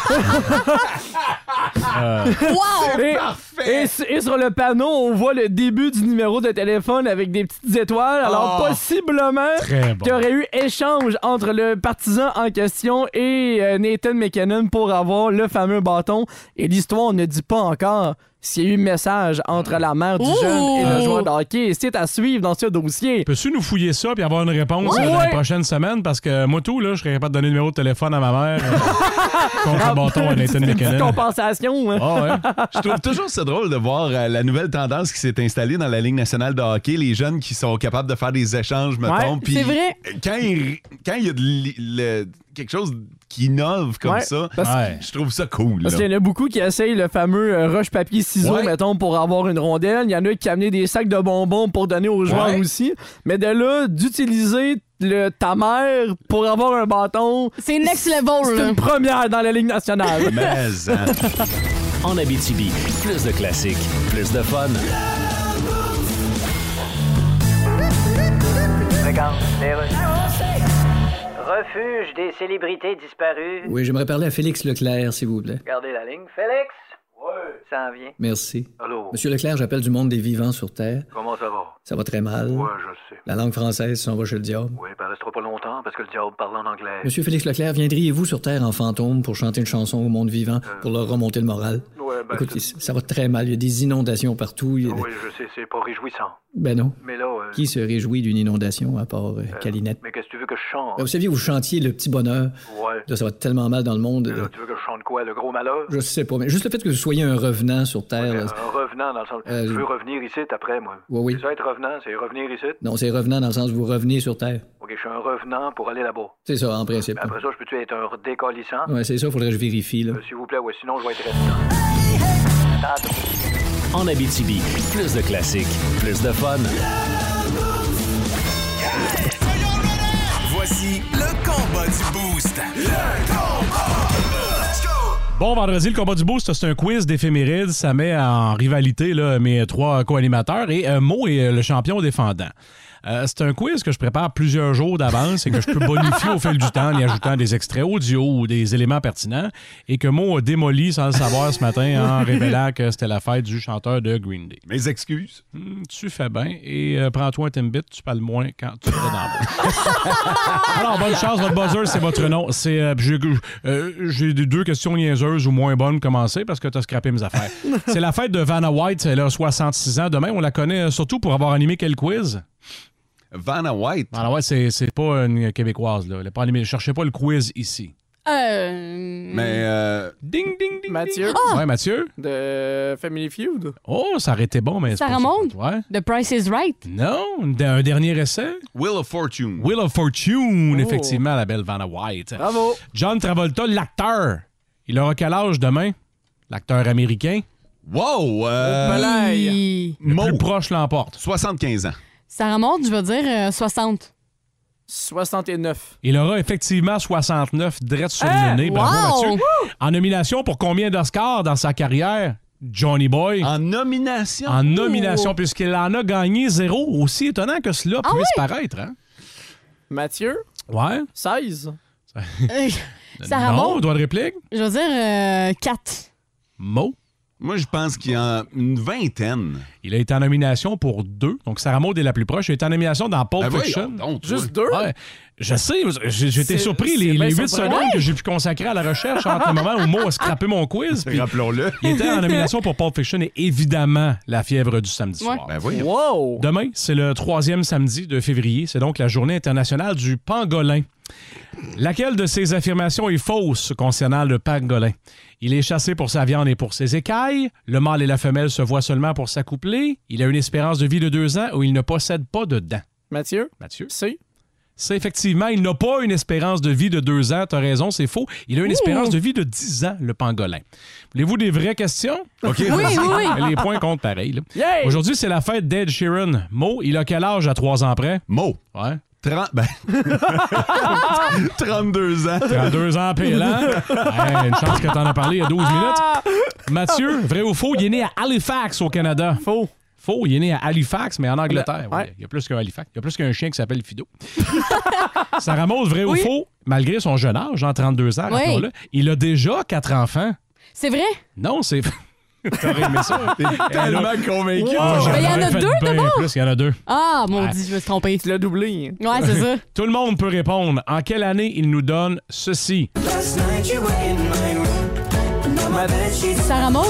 Wow! et, et, su- et sur le panneau, on voit le début du numéro de téléphone avec des petites étoiles. Alors, Oh. possiblement Très bon. qu'il y aurait eu échange entre le partisan en question et euh, Nathan McKinnon pour avoir le fameux bâton. Et l'histoire ne dit pas encore s'il y a eu message entre la mère du Ouh. jeune et le joueur de hockey. C'est à suivre dans ce dossier. Peux-tu nous fouiller ça puis avoir une réponse Ouais. euh, dans les prochaines semaines? Parce que moi, tout, là, je serais capable de donner le numéro de téléphone à ma mère euh, contre le bâton à Nathan Une petite McKinnon. compensation. hein. Ah ouais. Je trouve toujours ça drôle de voir euh, la nouvelle tendance qui s'est installée dans la Ligue nationale de hockey, les jeunes qui sont capables de faire des échanges, mettons. Ouais, puis c'est vrai. Quand il, quand il y a de li- le- quelque chose qui innove comme Ouais, ça, parce- Ouais. je trouve ça cool. Parce là. qu'il y en a beaucoup qui essayent le fameux euh, roche-papier-ciseaux, Ouais. mettons, pour avoir une rondelle. Il y en a qui amenaient des sacs de bonbons pour donner aux joueurs Ouais. aussi. Mais de là, d'utiliser le, ta mère pour avoir un bâton, C'est next level, c'est là. une première dans la Ligue nationale. Mais, hein. En Abitibi, plus de classiques, plus de fun. C'est reçu. Refuge des célébrités disparues. Oui, j'aimerais parler à Félix Leclerc, s'il vous plaît. Gardez la ligne. Félix? Oui. Ça en vient. Merci. Allô? Monsieur Leclerc, j'appelle du monde des vivants sur Terre. Comment ça va? Ça va très mal. Ouais, je le sais. La langue française s'en va chez le diable. Oui, ben restera pas longtemps parce que le diable parle en anglais. Monsieur Félix Leclerc, viendriez-vous sur Terre en fantôme pour chanter une chanson au monde vivant Euh... pour leur remonter le moral? Ouais, ben... Écoute, ça va très mal. Il y a des inondations partout. Il y a des... Oui, je sais, c'est pas réjouissant. Ben non. Mais là... Euh... Qui se réjouit d'une inondation à part euh, Calinette? Mais qu'est-ce que tu veux que je chante? Ben, vous saviez, vous chantiez Le Petit Bonheur. Ouais. Là, ça va tellement mal dans le monde. Là, tu veux que je chante quoi? Le gros malheur? Je sais pas, mais juste le fait que vous soyez un revenant sur Terre... Ouais, là, un revenant dans le sens... Euh, je veux revenir ici après, moi. Oui, oui. C'est ça, être revenant, c'est revenir ici? Non, c'est revenant dans le sens où vous revenez sur Terre. OK, je suis un revenant pour aller là-bas. C'est ça, en principe. Mais après ça, je peux-tu être un décalissant? Ouais, c'est ça, faudrait que je vérifie, là. Euh, S'il vous plaît, ouais, sinon je vais être restant. En Abitibi, plus de classiques, plus de fun. Voici le combat du Boost. Le combat! Let's go! Bon, vendredi, le combat du Boost, c'est un quiz d'éphémérides. Ça met en rivalité là, mes trois co-animateurs et euh, Mo est le champion défendant. Euh, c'est un quiz que je prépare plusieurs jours d'avance et que je peux bonifier au fil du temps en y ajoutant des extraits audio ou des éléments pertinents et que Mo a démoli sans le savoir ce matin en révélant que c'était la fête du chanteur de Green Day. Mes excuses. Mmh, tu fais bien et euh, prends-toi un Timbit, tu parles moins quand tu es dans le Alors, bonne chance, votre buzzer, c'est votre nom. C'est, euh, j'ai, euh, j'ai deux questions niaiseuses ou moins bonnes commencer parce que tu as scrappé mes affaires. C'est la fête de Vanna White, elle a soixante-six ans. Demain, on la connaît surtout pour avoir animé quel quiz? Vanna White. Vanna White, c'est, c'est pas une Québécoise. Là. Elle n'a pas animé. Cherchez pas le quiz ici. Euh... Mais... Euh... Ding, ding, ding. Mathieu. Ah! Ouais, Mathieu. De Family Feud. Oh, ça aurait été bon, mais... Ça remonte? Ouais. The Price is Right. Non, un dernier essai. Wheel of Fortune. Wheel of Fortune, Oh. effectivement, la belle Vanna White. Bravo. John Travolta, l'acteur. Il aura quel âge demain? L'acteur américain. Wow! Euh... Puis... Le Mo. plus proche l'emporte. soixante-quinze ans. Ça remonte, je vais dire euh, soixante. soixante-neuf. Il aura effectivement soixante-neuf, drette sur Hein? le nez. Bravo, Wow! Mathieu. En nomination pour combien d'Oscars dans sa carrière? Johnny Boy. En nomination? En nomination, puisqu'il en a gagné zéro. Aussi étonnant que cela Ah puisse oui? paraître. Hein? Mathieu. Ouais. seize. Euh, ça Non, remonte. droit de réplique. Je vais dire euh, quatre. Mo. Moi, je pense qu'il y a une vingtaine. Il a été en nomination pour deux. Donc, Sarah Maud est la plus proche. Il a été en nomination dans Pulp Ben Fiction. voyons donc, Juste toi. deux? Ouais. Je sais, j'ai- j'étais C'est- surpris. c'est Les, bien les huit surprenant. secondes que j'ai pu consacrer à la recherche entre le moment où Mo a scrappé mon quiz. puis Rappelons-le. il était en nomination pour Pulp Fiction et évidemment La fièvre du samedi Ouais. soir. Ben voyons. Wow. Demain, c'est le troisième samedi de février. C'est donc la journée internationale du pangolin. Laquelle de ces affirmations est fausse concernant le pangolin? Il est chassé pour sa viande et pour ses écailles. Le mâle et la femelle se voient seulement pour s'accoupler. Il a une espérance de vie de deux ans où il ne possède pas de dents. Mathieu. Mathieu? C. C'est effectivement, il n'a pas une espérance de vie de deux ans. T'as raison, c'est faux. Il a une espérance de vie de dix ans, le pangolin. Voulez-vous des vraies questions? OK. Oui, oui, oui. Les points comptent pareil. là. Yeah! Aujourd'hui, c'est la fête d'Ed Sheeran. Mo, il a quel âge à trois ans près? Mo. Ouais. trente... Ben... trente-deux ans. trente-deux ans pile, hein? Hey, une chance que t'en as parlé il y a douze minutes. Mathieu, vrai ou faux, il est né à Halifax, au Canada. Faux. Faux, il est né à Halifax, mais en Angleterre. Ouais. Ouais, il y a plus qu'un Halifax. Il y a plus qu'un chien qui s'appelle Fido. Sarah Maud, vrai Oui. ou faux, malgré son jeune âge, en trente-deux ans, Oui. rappelons-le, il a déjà quatre enfants. C'est vrai? Non, c'est... T'aurais aimé ça? Tellement convaincu. Ah, Ben, il y en a j'aurais fait deux, bien d'abord. plus, il y en a deux. Ah, maudit, je me suis trompé. Tu l'as doublé. Ouais, c'est ça. Tout le monde peut répondre. En quelle année il nous donne ceci? Sarah Maud?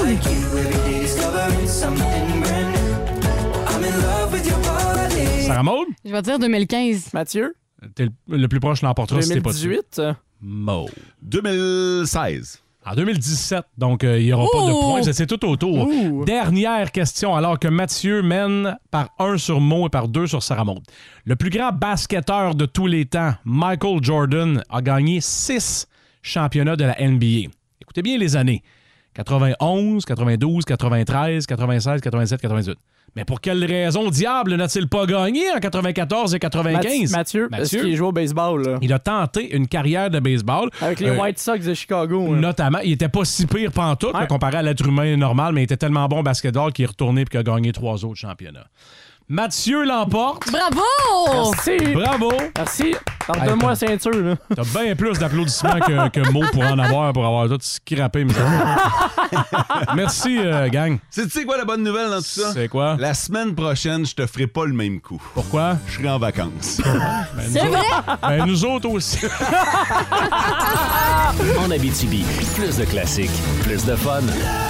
Sarah Maud? Je vais dire deux mille quinze. Mathieu. T'es le, le plus proche l'emportera si t'es pas dessus. deux mille dix-huit. Mo. deux mille seize. En deux mille dix-sept, donc euh, il n'y aura pas de Ouh! points. C'est tout autour. Ouh. Dernière question, alors que Mathieu mène par un sur Mo et par deux sur Sarah Maud. Le plus grand basketteur de tous les temps, Michael Jordan, a gagné six championnats de la N B A. Écoutez bien les années. quatre-vingt-onze, quatre-vingt-douze, quatre-vingt-treize, quatre-vingt-seize, quatre-vingt-sept, quatre-vingt-dix-huit. Mais pour quelle raison diable n'a-t-il pas gagné en quatre-vingt-quatorze et quatre-vingt-quinze? Mathieu, est-ce Mathieu. qu'il joue au baseball, là? Il a tenté une carrière de baseball. Avec les Euh, White Sox de Chicago. hein. Notamment, il était pas si pire pantoute Ouais. là, comparé à l'être humain normal, mais il était tellement bon au basketball qu'il est retourné et qu'il a gagné trois autres championnats. Mathieu l'emporte. Bravo! Merci. Bravo. Merci. Pardonne-moi la ceinture, là. T'as bien plus d'applaudissements que, que mots pour en avoir, pour avoir tout scrappé. Merci, euh, gang. C'est, tu sais quoi la bonne nouvelle dans tout ça? C'est quoi? La semaine prochaine, je te ferai pas le même coup. Pourquoi? Je serai en vacances. Ben, C'est nous vrai? autres- Ben, nous autres aussi. En Abitibi, plus de classiques, plus de fun.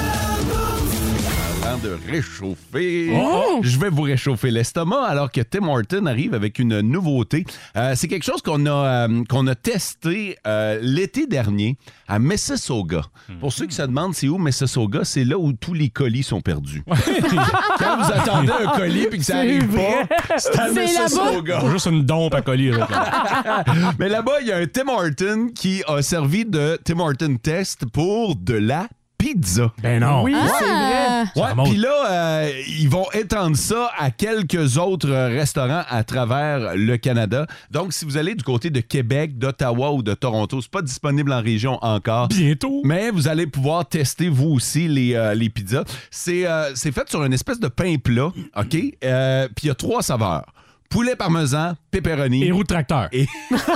Avant de réchauffer, Oh! je vais vous réchauffer l'estomac alors que Tim Hortons arrive avec une nouveauté. Euh, c'est quelque chose qu'on a, euh, qu'on a testé euh, l'été dernier à Mississauga. Hmm. Pour ceux qui se demandent c'est où Mississauga, c'est là où tous les colis sont perdus. Quand vous attendez un colis puis que ça C'est arrive vrai. pas, c'est à C'est Mississauga. Faut juste une dompe à coller. Là. Mais là-bas, il y a un Tim Hortons qui a servi de Tim Hortons test pour de la pizza. Ben non. Oui, c'est vrai. Ah! Ouais, remonte. puis là, euh, ils vont étendre ça à quelques autres euh, restaurants à travers le Canada. Donc, si vous allez du côté de Québec, d'Ottawa ou de Toronto, c'est pas disponible en région encore. Bientôt. Mais vous allez pouvoir tester, vous aussi, les, euh, les pizzas. C'est, euh, c'est fait sur une espèce de pain plat, OK? Euh, puis il y a trois saveurs. Poulet parmesan, pepperoni Et roue de tracteur. et,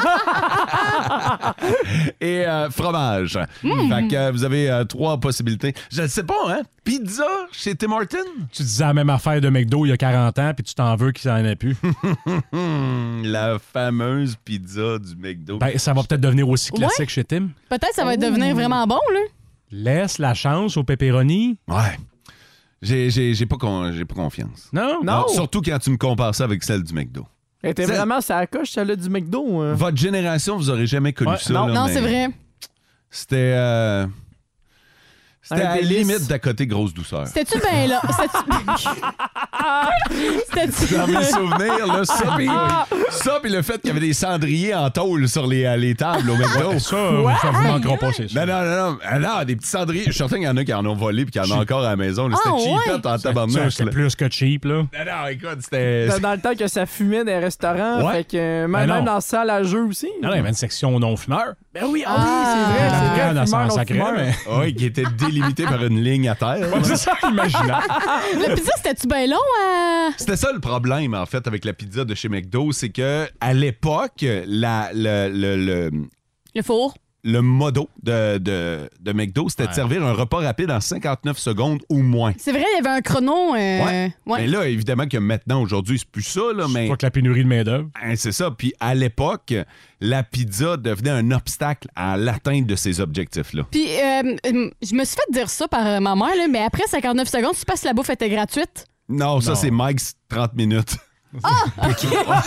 et euh, fromage. Fait que euh, vous avez euh, trois possibilités. Je ne sais pas, hein? Pizza chez Tim Hortons? Tu disais la même affaire de McDo il y a quarante ans, puis tu t'en veux qu'il s'en ait plus. La fameuse pizza du McDo. Ben, ça va peut-être devenir aussi classique Ouais. chez Tim. Peut-être ça va devenir vraiment bon, là. Laisse la chance au pepperoni. Ouais. J'ai, j'ai, j'ai, pas, con- j'ai pas confiance. Non? Non. Surtout quand tu me compares ça avec celle du McDo. Elle était C'est- vraiment sur la coche, celle-là du McDo. hein. Votre génération, vous aurez jamais connu Ouais, ça. non. là, Non, mais c'est vrai. C'était... euh, C'était Un à la délice. limite d'à côté grosse douceur. C'était-tu bien là? C'était-tu... C'était-tu... Dans mes souvenirs, là, ça, puis ça, puis le fait qu'il y avait des cendriers en tôle sur les, euh, les tables au McDo. Ça, euh, ça vous manquera pas, c'est sûr. Non, non, non, non. Ah, non, des petits cendriers. Je suis certain qu'il y en a qui en ont volé puis qui en ont encore à la maison. là. C'était Ah, cheapette en Ça, tabarnak. c'est là. plus que cheap, là. Non, non, écoute, c'était... Dans, dans le temps que ça fumait dans les restaurants. Ouais. Fait que euh, Ben même, non. même dans la salle à jeu aussi. Non, non, il y avait une section non-fumeur. Ben oui, ah, Ah. oui, c'est vrai. C'est Dans vrai. le fumeur, non sacré, fumeur. mais... Oui, qui était délimité par une ligne à terre. Ouais, c'est ça, imaginable. La pizza, c'était-tu bien long? euh? C'était ça le problème, en fait, avec la pizza de chez McDo, c'est que à l'époque, la, le, le, le, Le four. le modo de, de, de McDo, c'était de Ouais. servir un repas rapide en cinquante-neuf secondes ou moins. C'est vrai, il y avait un chrono. euh, Ouais. ouais. Mais là, évidemment que maintenant, aujourd'hui, c'est plus ça, là, Je mais... crois que la pénurie de main-d'œuvre. Hein, c'est ça. Puis à l'époque, la pizza devenait un obstacle à l'atteinte de ces objectifs-là. Puis, euh, euh, je me suis fait dire ça par euh, ma mère, là, mais après cinquante-neuf secondes, tu passes la bouffe était gratuite. Non, ça, Non. c'est Mike's trente minutes. OK,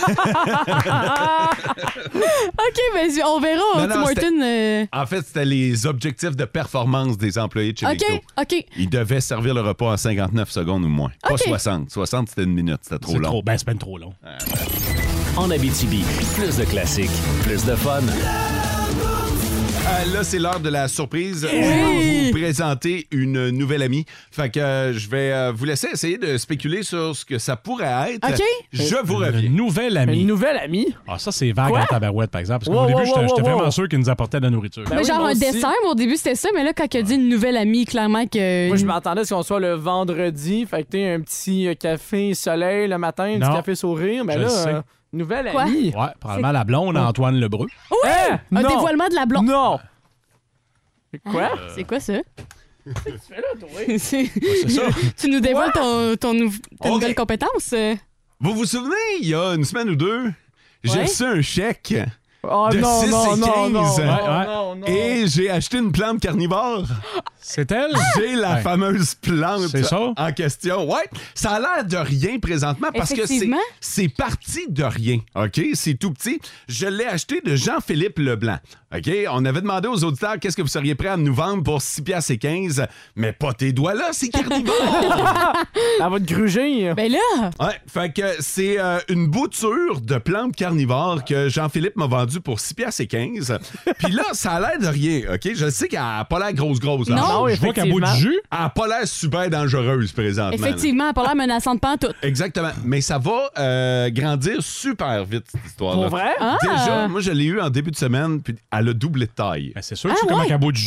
ben on verra. Non, Tim non, c'était- Hortons. euh, En fait, c'était les objectifs de performance des employés de chez OK, McDo. OK. Ils devaient servir le repas en cinquante-neuf secondes ou moins. Pas OK. soixante. soixante, c'était une minute. C'était trop C'est long. trop. Ben, c'est pas trop long. En Abitibi, plus de classiques, plus de fun. Euh, là, c'est l'heure de la surprise. Oui. Je vais vous présenter une nouvelle amie. Fait que euh, je vais euh, vous laisser essayer de spéculer sur ce que ça pourrait être. OK. Je vous Une reviens. nouvelle amie. Une nouvelle amie. Ah, ça, c'est vague Quoi? en tabarouette, par exemple. Parce qu'au Wow, début, wow, j'étais wow, j'étais wow, vraiment wow. sûr qu'il nous apportait de la nourriture. Ben mais oui, genre moi un aussi. dessert, mais au début, c'était ça. Mais là, quand il a dit une nouvelle amie, clairement que. Moi, je m'attendais à ce qu'on soit le vendredi. Fait que tu sais, un petit euh, café soleil le matin, un petit Non. café sourire. Mais Je là, le sais. euh, nouvelle Quoi? amie. Ouais, probablement la blonde Antoine Lebreu. Oui! Hein? Un Non. dévoilement de la blonde. Non. Quoi? Hein? C'est quoi ça? Qu'est-ce que tu fais là, toi? C'est- c'est ça. tu nous dévoiles ton, ton, nou- ta OK. nouvelle compétence? euh? Vous vous souvenez, il y a une semaine ou deux, j'ai Ouais. reçu un chèque Oh de non, six non, et non, quinze. non, Ouais, ouais. non, non. Et j'ai acheté une plante carnivore. C'est elle? J'ai la Ouais. fameuse plante C'est ça? en question. Ouais, ça a l'air de rien présentement parce que c'est Effectivement. c'est parti de rien. OK, c'est tout petit. Je l'ai acheté de Jean-Philippe Leblanc. OK, on avait demandé aux auditeurs qu'est-ce que vous seriez prêts à nous vendre pour six piastres et quinze, mais pas tes doigts là, c'est carnivore. Elle va te gruger. Ben là! Ouais, fait que c'est euh, une bouture de plantes carnivores que Jean-Philippe m'a vendue pour six piastres et quinze. Puis là, ça a l'air de rien, OK? Je sais qu'elle a pas l'air grosse grosse. là. Non. Non, Je vois qu'à bout du effectivement. jus. Elle a pas l'air super dangereuse présentement. là. Effectivement, elle n'a pas l'air menaçante pantoute. Exactement. Mais ça va euh, grandir super vite, cette histoire-là. Pour vrai? Ah! Déjà, moi, je l'ai eu en début de semaine, puis elle a doublé de taille. Ben, c'est sûr, Ah, tu sais comment ouais. qu'à bout du jus.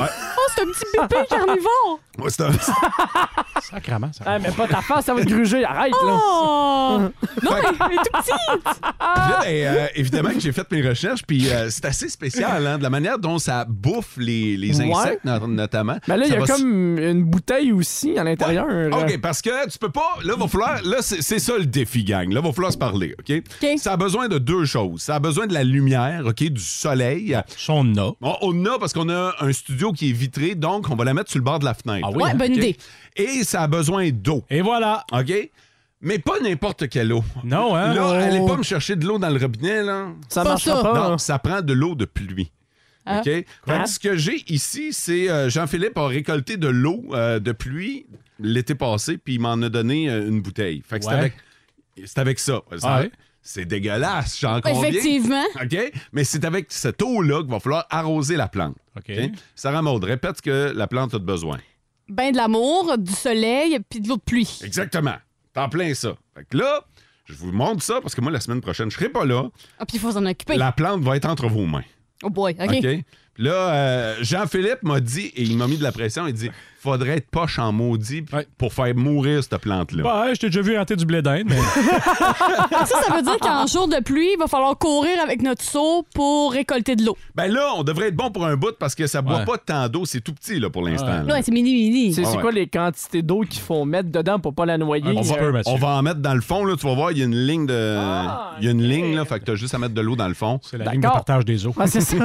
Ouais. Oh, c'est un petit bébé carnivore! Ouais, c'est un... Sacrement, ça. Ah, mais pas ta face, ça va te gruger. Arrête, là. Oh! Non, mais elle est tout petite! Puis là, ben, euh, évidemment que j'ai fait mes recherches, puis euh, c'est assez spécial, hein, de la manière dont ça bouffe les, les insectes, Ouais. no- notamment. Mais là, il y Ça a va comme une bouteille aussi à l'intérieur. OK, parce que tu peux pas. Là, va falloir. Là, c'est c'est ça le défi, gang. Là, va falloir se parler, OK? OK. Ça a besoin de deux choses. Ça a besoin de la lumière, OK, du soleil. Ça, on a. On, on a parce qu'on a un studio qui est vitré, donc on va la mettre sur le bord de la fenêtre. Ah oui, Ouais, hein? bonne OK? idée. Et ça a besoin d'eau, Et voilà. OK? Mais pas n'importe quelle eau. Non, hein? Là, Oh. allez pas me chercher de l'eau dans le robinet, là. Ça Pas marchera ça. pas. Non, là. ça prend de l'eau de pluie. Ah. OK? Fait que ce que j'ai ici, c'est euh, Jean-Philippe a récolté de l'eau euh, de pluie l'été passé, puis il m'en a donné euh, une bouteille. Fait que c'est Ouais. avec, c'est avec ça. Ça- Ah ouais? C'est dégueulasse, j'en conviens. Effectivement. OK? Mais c'est avec cette eau-là qu'il va falloir arroser la plante. OK. OK? Sarah Maud, répète ce que la plante a de besoin. Ben de l'amour, du soleil, puis de l'eau de pluie. Exactement. T'en plein ça. Fait que là, je vous montre ça parce que moi, la semaine prochaine, je serai pas là. Ah, puis il faut s'en occuper. La plante va être entre vos mains. Oh boy, OK. OK? Puis là, euh, Jean-Philippe m'a dit, et il m'a mis de la pression, il dit faudrait être poche en maudit Ouais. pour faire mourir cette plante-là. Ouais, je t'ai déjà vu rater du blé d'Inde, mais. Ça, ça veut dire qu'en jour de pluie, il va falloir courir avec notre seau pour récolter de l'eau. Ben là, on devrait être bon pour un bout parce que ça boit Ouais. pas tant d'eau, c'est tout petit là, pour l'instant. Ouais. là. Ouais, c'est mini-mini. C'est Ah c'est ouais. quoi les quantités d'eau qu'il faut mettre dedans pour pas la noyer? Un petit Euh, peu, Mathieu. On va en mettre dans le fond, là, tu vas voir, il y a une ligne de. Ah, Il y a une ok. ligne, là, fait que t'as juste à mettre de l'eau dans le fond. C'est la ligne de D'accord. partage des eaux. Ah, c'est ça.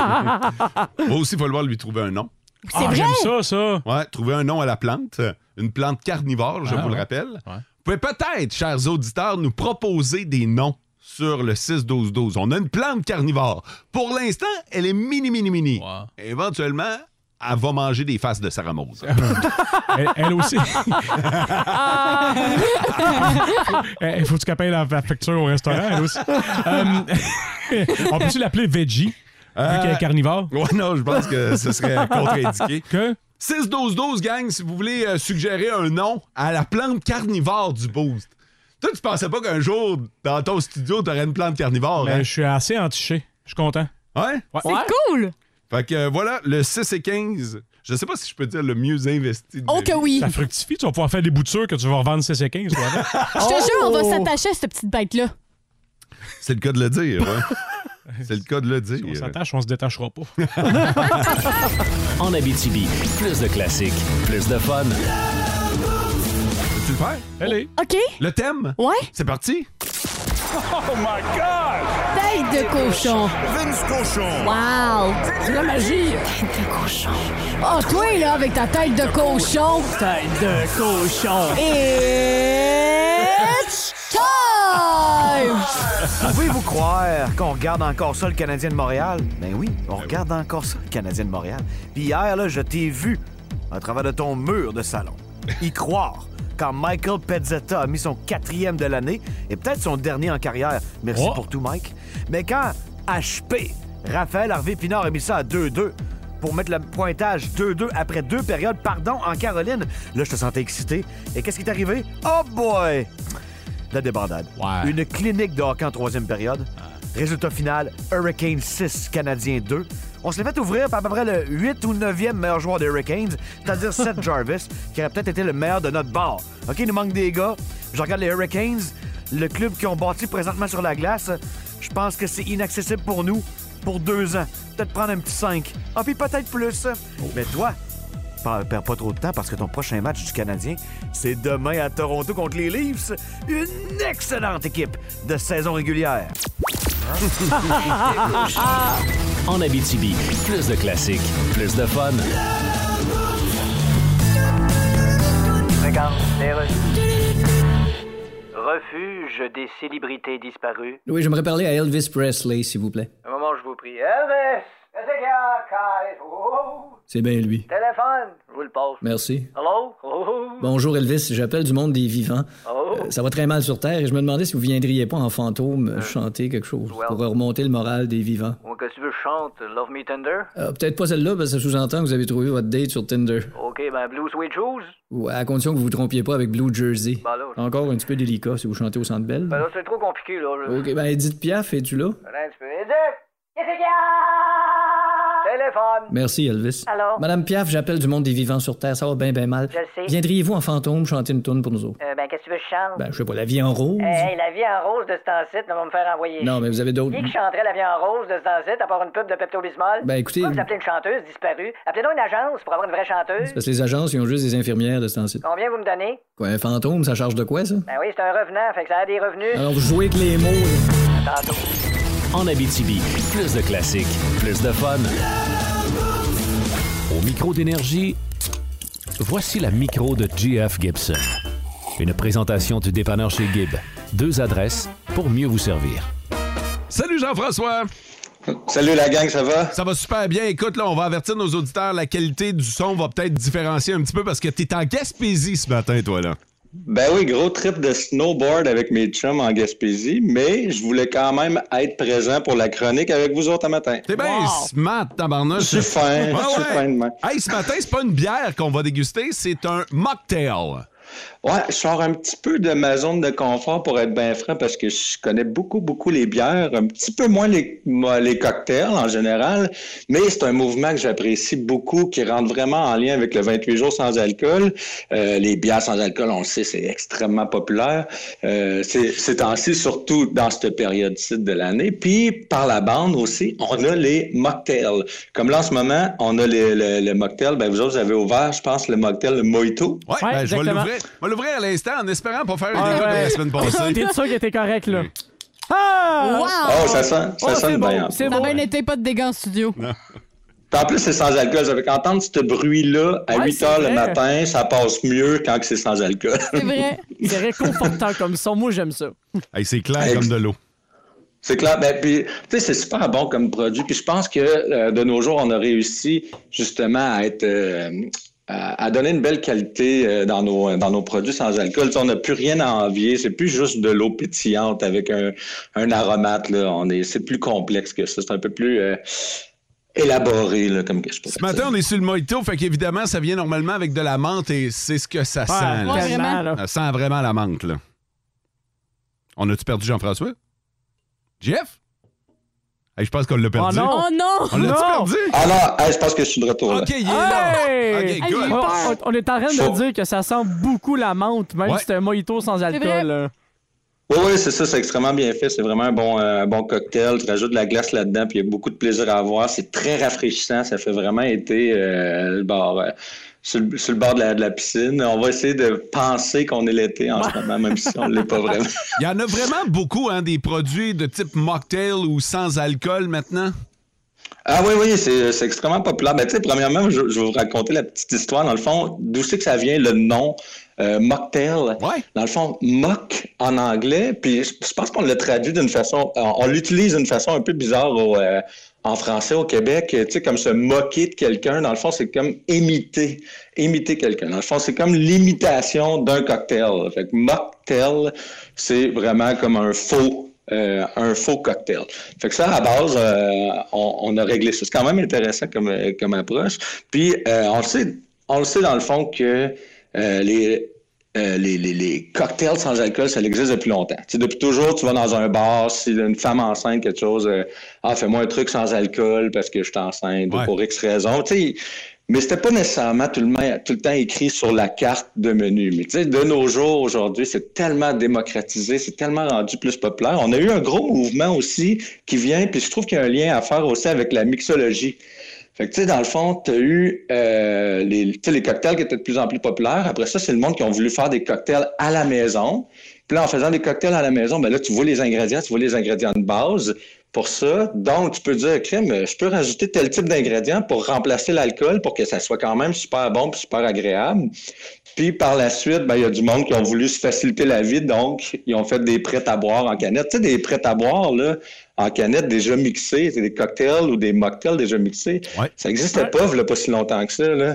Va aussi falloir lui trouver un nom. C'est Ah, vrai? j'aime ça, ça. Ouais, trouver un nom à la plante. Une plante carnivore, je Ah, vous le ouais. rappelle. Ouais. Vous pouvez peut-être, chers auditeurs, nous proposer des noms sur le six douze douze. On a une plante carnivore. Pour l'instant, elle est mini, mini, mini. Ouais. Éventuellement, elle va manger des faces de Sarah Maud. Elle, elle aussi. Il faut-tu qu'elle paye la, la facture au restaurant, elle aussi? Euh, on peut-tu l'appeler Veggie, vu qu'elle est carnivore? Ouais, non, je pense que ce serait contre-indiqué. Que? six douze douze, gang, si vous voulez euh, suggérer un nom à la plante carnivore du Boost. Toi, tu pensais pas qu'un jour, dans ton studio, t'aurais une plante carnivore, Ben, hein? je suis assez entiché. Je suis content. Ouais? Ouais. C'est cool! Fait que euh, voilà, le six et quinze, je sais pas si je peux dire le mieux investi de Oh ma que vie. oui! Ça fructifie, tu vas pouvoir faire des boutures que tu vas revendre six et quinze. toi, avec. Je te jure, on va s'attacher à cette petite bête-là. C'est le cas de le dire, ouais. C'est le cas de le dire. Si on s'attache, on se détachera pas. En Abitibi, plus de classiques, plus de fun. Veux-tu le faire? Allez. OK? Le thème? Ouais? C'est parti? Oh my God! Tête de cochon. Vince Cochon! Wow! C'est la magie! Tête de cochon. Oh, toi, là, avec ta tête de cochon. Tête de cochon! It's time! Pouvez-vous croire qu'on regarde encore ça, le Canadien de Montréal? Ben oui, on regarde encore ça, le Canadien de Montréal. Puis hier, là, je t'ai vu à travers de ton mur de salon. Y croire quand Michael Pezzetta a mis son quatrième de l'année et peut-être son dernier en carrière. Merci Oh. pour tout, Mike. Mais quand H P, Raphaël Harvey-Pinard a mis ça à deux deux pour mettre le pointage deux deux après deux périodes, pardon, en Caroline, là, je te sentais excité. Et qu'est-ce qui est arrivé? Oh boy! La débandade. Ouais. Une clinique de hockey en troisième période. Résultat final, Hurricane six, Canadien deux. On se l'est fait ouvrir par à peu près le huit ou neuvième meilleur joueur des Hurricanes, c'est-à-dire Seth Jarvis, qui aurait peut-être été le meilleur de notre bar. OK, il nous manque des gars. Je regarde les Hurricanes, le club qu'ils ont bâti présentement sur la glace. Je pense que c'est inaccessible pour nous pour deux ans. Peut-être prendre un petit cinq. Ah, puis peut-être plus. Mais toi, pa- perds pas trop de temps parce que ton prochain match du Canadien, c'est demain à Toronto contre les Leafs. Une excellente équipe de saison régulière. En Abitibi, plus de classiques, plus de fun. Regarde, les re- Refuge des célébrités disparues. Oui, j'aimerais parler à Elvis Presley, s'il vous plaît. Un moment, je vous prie. Elvis! Qu'est-ce qu'il y a, Kyle? Oh! C'est bien lui. Téléphone! Je vous le passe. Merci. Hello? Oh! Bonjour Elvis, j'appelle du monde des vivants. Oh! Euh, ça va très mal sur Terre et je me demandais si vous viendriez pas en fantôme euh, chanter quelque chose well. pour remonter le moral des vivants. Ou que tu veux, je chante Love Me Tender? Euh, Peut-être pas celle-là parce que ça sous-entend que vous avez trouvé votre date sur Tinder. OK, ben Blue Sweet Shoes? Ou à condition que vous vous trompiez pas avec Blue Jersey. Ben là, je- Encore un petit peu délicat si vous chantez au Centre Bell. Ben là, c'est trop compliqué, là. Je- Ok, ben Edith Piaf, es-tu là? Attends un petit peu. Edith! Qu'est-ce qu'il y a? Téléphone. Merci, Elvis. Allô? Madame Piaf, j'appelle du monde des vivants sur Terre. Ça va bien, bien mal. Je le sais. Viendriez-vous en fantôme chanter une tourne pour nous autres? Euh, ben, qu'est-ce que tu veux que je chante? Ben, je sais pas, la vie en rose. Hey, la vie en rose de ce temps-ci, on va me faire envoyer. Non, mais vous avez d'autres. Qui qui chanterait la vie en rose de ce temps-ci, à part une pub de Pepto-Bismol? Ben, écoutez- Pourquoi vous appelez une chanteuse disparue? Appelez-donc une agence pour avoir une vraie chanteuse. Parce que les agences, ils ont juste des infirmières de ce temps-ci. Combien vous me donnez? Quoi, un fantôme, ça charge de quoi, ça? Ben oui, c'est un revenant, fait que ça a des revenus. Alors, vous jouez avec les mots, là. Tantôt. En Abitibi, plus de classiques, plus de fun. Au micro d'énergie, voici la micro de G F Gibson. Une présentation du dépanneur chez Gibb. Deux adresses pour mieux vous servir. Salut Jean-François! Salut la gang, ça va? Ça va super bien. Écoute, là, on va avertir nos auditeurs, la qualité du son va peut-être différencier un petit peu parce que t'es en Gaspésie ce matin, toi, là. Ben oui, gros trip de snowboard avec mes chums en Gaspésie, mais je voulais quand même être présent pour la chronique avec vous autres un matin. T'es bien smart, tabarnouche. Je suis fin, je suis fin de même. Hey, ce matin, c'est pas une bière qu'on va déguster, c'est un mocktail. Ouais, je sors un petit peu de ma zone de confort pour être bien franc parce que je connais beaucoup, beaucoup les bières, un petit peu moins les, les cocktails en général, mais c'est un mouvement que j'apprécie beaucoup qui rentre vraiment en lien avec le vingt-huit jours sans alcool. Euh, les bières sans alcool, on le sait, c'est extrêmement populaire. Euh, c'est, c'est temps-ci, surtout dans cette période-ci de l'année. Puis, par la bande aussi, on a les mocktails. Comme là, en ce moment, on a les, le, le mocktail, ben vous autres, vous avez ouvert, je pense, le mocktail, le Mojito. Ouais, Ouais, ben, je vais exactement. l'ouvrir. Je vais l'ouvrir à l'instant en espérant pas faire un Ah, dégât ouais. de la semaine passée. T'es sûr que t'es correct, là? Ah! Wow! Oh, ça sent, ça Oh, sonne c'est bien. bon, c'est Ça a bon. bien été pas de dégâts en studio. Puis en plus, c'est sans alcool. Ça fait qu'entendre ce bruit-là à Ouais, huit heures c'est le vrai. matin, ça passe mieux quand que c'est sans alcool. C'est vrai. C'est réconfortant comme son. Moi, j'aime ça. Hey, c'est clair Ex- comme de l'eau. C'est clair. Ben, puis, tu sais, c'est super bon comme produit. Puis je pense que euh, de nos jours, on a réussi justement à être... euh, à à donner une belle qualité euh, dans nos dans nos produits sans alcool. Tu sais, on n'a plus rien à envier. C'est plus juste de l'eau pétillante avec un, un aromate. Là. On est, c'est plus complexe que ça. C'est un peu plus euh, élaboré, là, comme que je pourrais Ce matin, on est sur le mojito, fait qu'évidemment, ça vient normalement avec de la menthe et c'est ce que ça sent. Ouais, là. tellement, là. Ça sent vraiment la menthe, là. On a-tu perdu Jean-François? Jeff? Hey, je pense qu'on l'a perdu. Oh non! Oh non! On l'a-tu Non! perdu? Ah non, hey, je pense que je suis de retour là. OK, il est là. Hey! OK, Hey, good. j'ai eu On, peur. on- on est en train Faut- de dire que ça sent beaucoup la menthe, même Ouais. si c'est un mojito sans vrai. alcool. là. Oui, oui, c'est ça, c'est extrêmement bien fait. C'est vraiment un bon, euh, un bon cocktail. Tu rajoutes de la glace là-dedans, puis il y a beaucoup de plaisir à avoir. C'est très rafraîchissant. Ça fait vraiment été euh, le bord, euh, sur, le, sur le bord de la, de la piscine. On va essayer de penser qu'on est l'été en ce moment, même si on ne l'est pas vraiment. Il y en a vraiment beaucoup, hein, des produits de type mocktail ou sans alcool maintenant. Ah oui, oui, c'est, c'est extrêmement populaire. Ben, tu sais, premièrement, je, je vais vous raconter la petite histoire. Dans le fond, d'où c'est que ça vient le nom euh, mocktail? Ouais. Dans le fond, mock en anglais, puis je, je pense qu'on l'a traduit d'une façon, on, on l'utilise d'une façon un peu bizarre au, euh, en français au Québec, tu sais, comme se moquer de quelqu'un. Dans le fond, c'est comme imiter, imiter quelqu'un. Dans le fond, c'est comme l'imitation d'un cocktail. Fait que mocktail, c'est vraiment comme un faux Euh, un faux cocktail. Fait que ça, à la base, euh, on, on a réglé ça. C'est quand même intéressant comme, euh, comme approche. Puis, euh, on le sait, on le sait dans le fond que euh, les, euh, les, les, les cocktails sans alcool, ça existe depuis longtemps. Tu sais, depuis toujours, tu vas dans un bar, si une femme enceinte, quelque chose, euh, ah, fais-moi un truc sans alcool parce que je suis enceinte Ouais. ou pour X raison. Tu sais, mais c'était pas nécessairement tout le, ma- tout le temps écrit sur la carte de menu. Mais tu sais, de nos jours, aujourd'hui, c'est tellement démocratisé, c'est tellement rendu plus populaire. On a eu un gros mouvement aussi qui vient, puis je trouve qu'il y a un lien à faire aussi avec la mixologie. Fait que tu sais, dans le fond, tu as eu euh, les, tu sais, les cocktails qui étaient de plus en plus populaires. Après ça, c'est le monde qui ont voulu faire des cocktails à la maison. Puis là, en faisant des cocktails à la maison, ben là, tu vois les ingrédients, tu vois les ingrédients de base pour ça. Donc, tu peux dire, crème, je peux rajouter tel type d'ingrédients pour remplacer l'alcool pour que ça soit quand même super bon puis super agréable. Puis, par la suite, ben, il y a du monde qui ont voulu se faciliter la vie. Donc, ils ont fait des prêts à boire en canette. Tu sais, des prêts à boire, là, en canette déjà mixés. C'est des cocktails ou des mocktails déjà mixés. Ouais. Ça n'existait pas, il n'y a pas si longtemps que ça, là.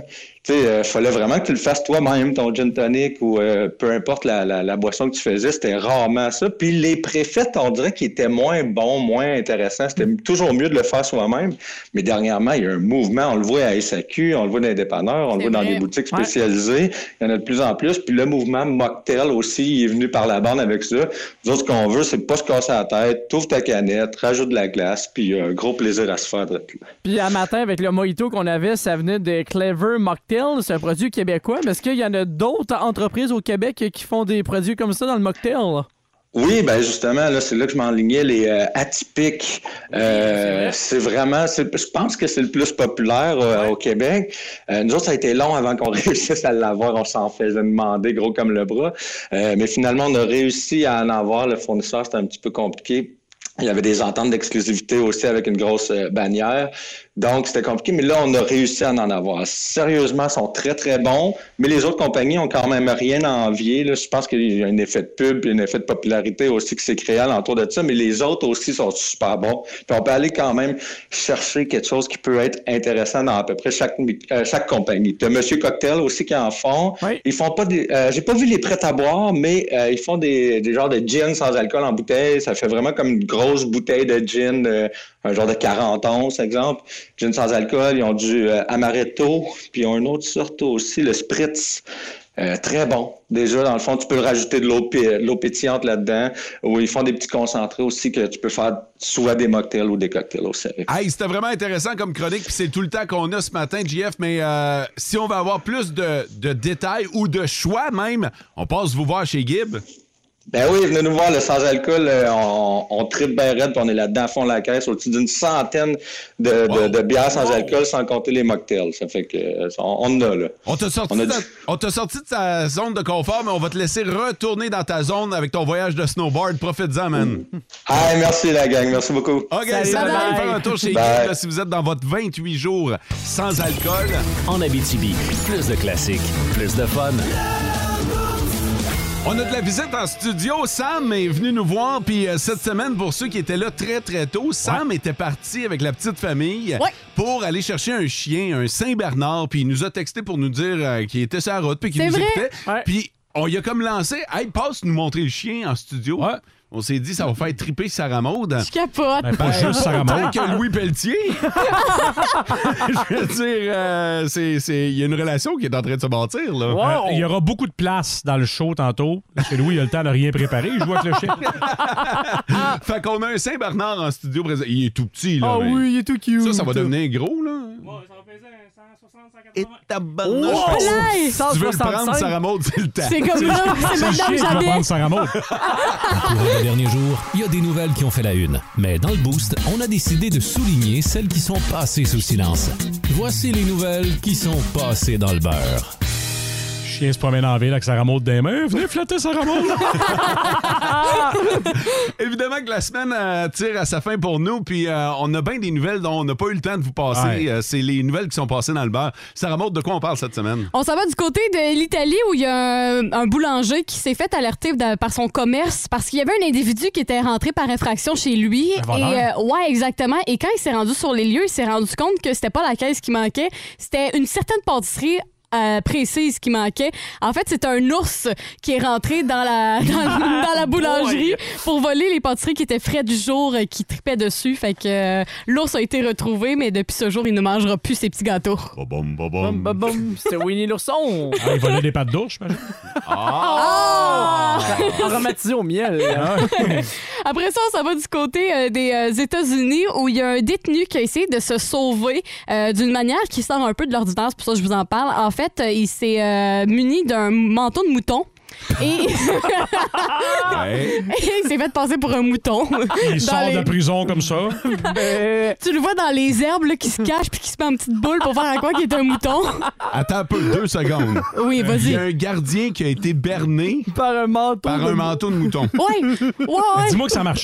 tu sais, euh, fallait vraiment que tu le fasses toi-même, ton gin tonic ou euh, peu importe la, la, la boisson que tu faisais, c'était rarement ça. Puis les préfaites, on dirait qu'ils étaient moins bons, moins intéressants. C'était toujours mieux de le faire soi-même. Mais dernièrement, il y a un mouvement, on le voit à S A Q, on le voit dans les dépanneurs, on le voit dans des boutiques spécialisées. Il y en a de plus en plus. Puis le mouvement mocktail aussi, il est venu par la bande avec ça. Nous autres, ce qu'on veut, c'est pas se casser la tête, t'ouvres ta canette, rajoute de la glace, puis il y a un gros plaisir à se faire. Puis un matin, avec le mojito qu'on avait, ça venait de Clever Mocktail. C'est un produit québécois. Mais est-ce qu'il y en a d'autres entreprises au Québec qui font des produits comme ça dans le mocktail? Oui, ben justement, là, c'est là que je m'enlignais, les euh, atypiques. Euh, c'est vraiment, c'est, je pense que c'est le plus populaire euh, au Québec. Euh, nous autres, ça a été long avant qu'on réussisse à l'avoir. On s'en faisait demander gros comme le bras. Euh, mais finalement, on a réussi à en avoir. Le fournisseur, c'était un petit peu compliqué. Il y avait des ententes d'exclusivité aussi avec une grosse euh, bannière. Donc, c'était compliqué, mais là, on a réussi à en avoir. Sérieusement, ils sont très, très bons, mais les autres compagnies ont quand même rien à envier. Là. Je pense qu'il y a un effet de pub, un effet de popularité aussi qui s'est créé alentour de ça, mais les autres aussi sont super bons. Puis on peut aller quand même chercher quelque chose qui peut être intéressant dans à peu près chaque, euh, chaque compagnie. Tu as Monsieur Cocktail aussi qui en font. Oui. Ils font pas des... Euh, j'ai pas vu les prêts à boire, mais euh, ils font des, des genres de gin sans alcool en bouteille. Ça fait vraiment comme une grosse bouteille de gin, euh, un genre de quarante onces, exemple. Gin sans alcool, ils ont du euh, amaretto, puis ils ont une autre sorte aussi, le spritz. Euh, très bon. Déjà, dans le fond, tu peux rajouter de l'eau, p- l'eau pétillante là-dedans. Ou ils font des petits concentrés aussi que tu peux faire soit des mocktails ou des cocktails aussi. Hey, c'était vraiment intéressant comme chronique, puis c'est tout le temps qu'on a ce matin, J F, mais euh, si on veut avoir plus de, de détails ou de choix même, on passe vous voir chez Gibb. Ben oui, venez nous voir, le sans-alcool, euh, on, on tripe bien raide, puis on est là-dedans à fond de la caisse, au-dessus d'une centaine de, wow. de, de bières sans wow. alcool, sans compter les mocktails. Ça fait que euh, on, on en a, là. On t'a sorti, on, a... de, on t'a sorti de ta zone de confort, mais on va te laisser retourner dans ta zone avec ton voyage de snowboard. Profite-en, man. Hey, merci la gang, merci beaucoup. OK, Salut, ça va bye. faire un tour chez Gibb, là, si vous êtes dans votre vingt-huit jours sans alcool. En Abitibi, plus de classiques, plus de fun. On a de la visite en studio. Sam est venu nous voir. Puis euh, cette semaine, pour ceux qui étaient là très, très tôt, Sam ouais. était parti avec la petite famille ouais. pour aller chercher un chien, un Saint-Bernard. Puis il nous a texté pour nous dire euh, qu'il était sur la route puis qu'il C'est nous vrai? écoutait. Ouais. Puis on y a comme lancé, hey, passe nous montrer le chien en studio. Ouais. On s'est dit, ça va faire triper Sarah Maud. Je capote. Ben, pas juste Sarah Maud. que Louis Pelletier. Je veux dire, euh, c'est, c'est, il y a une relation qui est en train de se bâtir. Là. Wow. Euh, il y aura beaucoup de place dans le show tantôt. Parce que Louis, il a le temps de rien préparer. Il joue avec le chien. Fait qu'on a un Saint-Bernard en studio présent. Il est tout petit. Là, Ah mais... oui, il est tout cute. Ça, ça va devenir gros. Là. Ouais, ça va peser cent soixante, cent quatre-vingts. Et ta bonne Oh, si cent tu veux le prendre, Sarah Maud, c'est le temps. C'est comme là, c'est maintenant que j'avais. Au cours des derniers jours, il y a des nouvelles qui ont fait la une. Mais dans le Boost, on a décidé de souligner celles qui sont passées sous silence. Voici les nouvelles qui sont passées dans le beurre. Chien se promène en ville avec Sarah Maud des mains. Venez flatter Sarah Maud. Évidemment que la semaine euh, tire à sa fin pour nous, puis euh, on a bien des nouvelles dont on n'a pas eu le temps de vous passer. Ouais. Euh, c'est les nouvelles qui sont passées dans le beurre. Sarah Maud, de quoi on parle cette semaine? On s'en va du côté de l'Italie où il y a un, un boulanger qui s'est fait alerter de, par son commerce parce qu'il y avait un individu qui était rentré par infraction chez lui. Un Et euh, ouais, exactement. Et quand il s'est rendu sur les lieux, il s'est rendu compte que c'était pas la caisse qui manquait, c'était une certaine pâtisserie Euh, précise qui manquait. En fait, c'est un ours qui est rentré dans la, dans, dans la boulangerie pour voler les pâtisseries qui étaient frais du jour, euh, qui tripaient dessus. Fait que euh, l'ours a été retrouvé, mais depuis ce jour, il ne mangera plus ses petits gâteaux. Bom, bom, bom, bom, bom. C'était Winnie l'ourson. Ah, il volait des pâtes d'ours, j'imagine. Ah! Oh! Aromatisé au miel. Après ça, ça va du côté euh, des euh, États-Unis où il y a un détenu qui a essayé de se sauver euh, d'une manière qui sort un peu de l'ordinaire. C'est pour ça que je vous en parle. En fait, euh, il s'est euh, muni d'un manteau de mouton. Et... Ouais. Et il s'est fait passer pour un mouton. Il sort les... de la prison comme ça. Ben... Tu le vois dans les herbes là, qui se cachent puis qui se met en petite boule pour faire à quoi qu'il est un mouton. Attends un peu, deux secondes. Oui, vas-y. Il y a un gardien qui a été berné par un manteau, par de... un manteau de mouton. Oui, ouais, ouais. Dis-moi que ça a marché.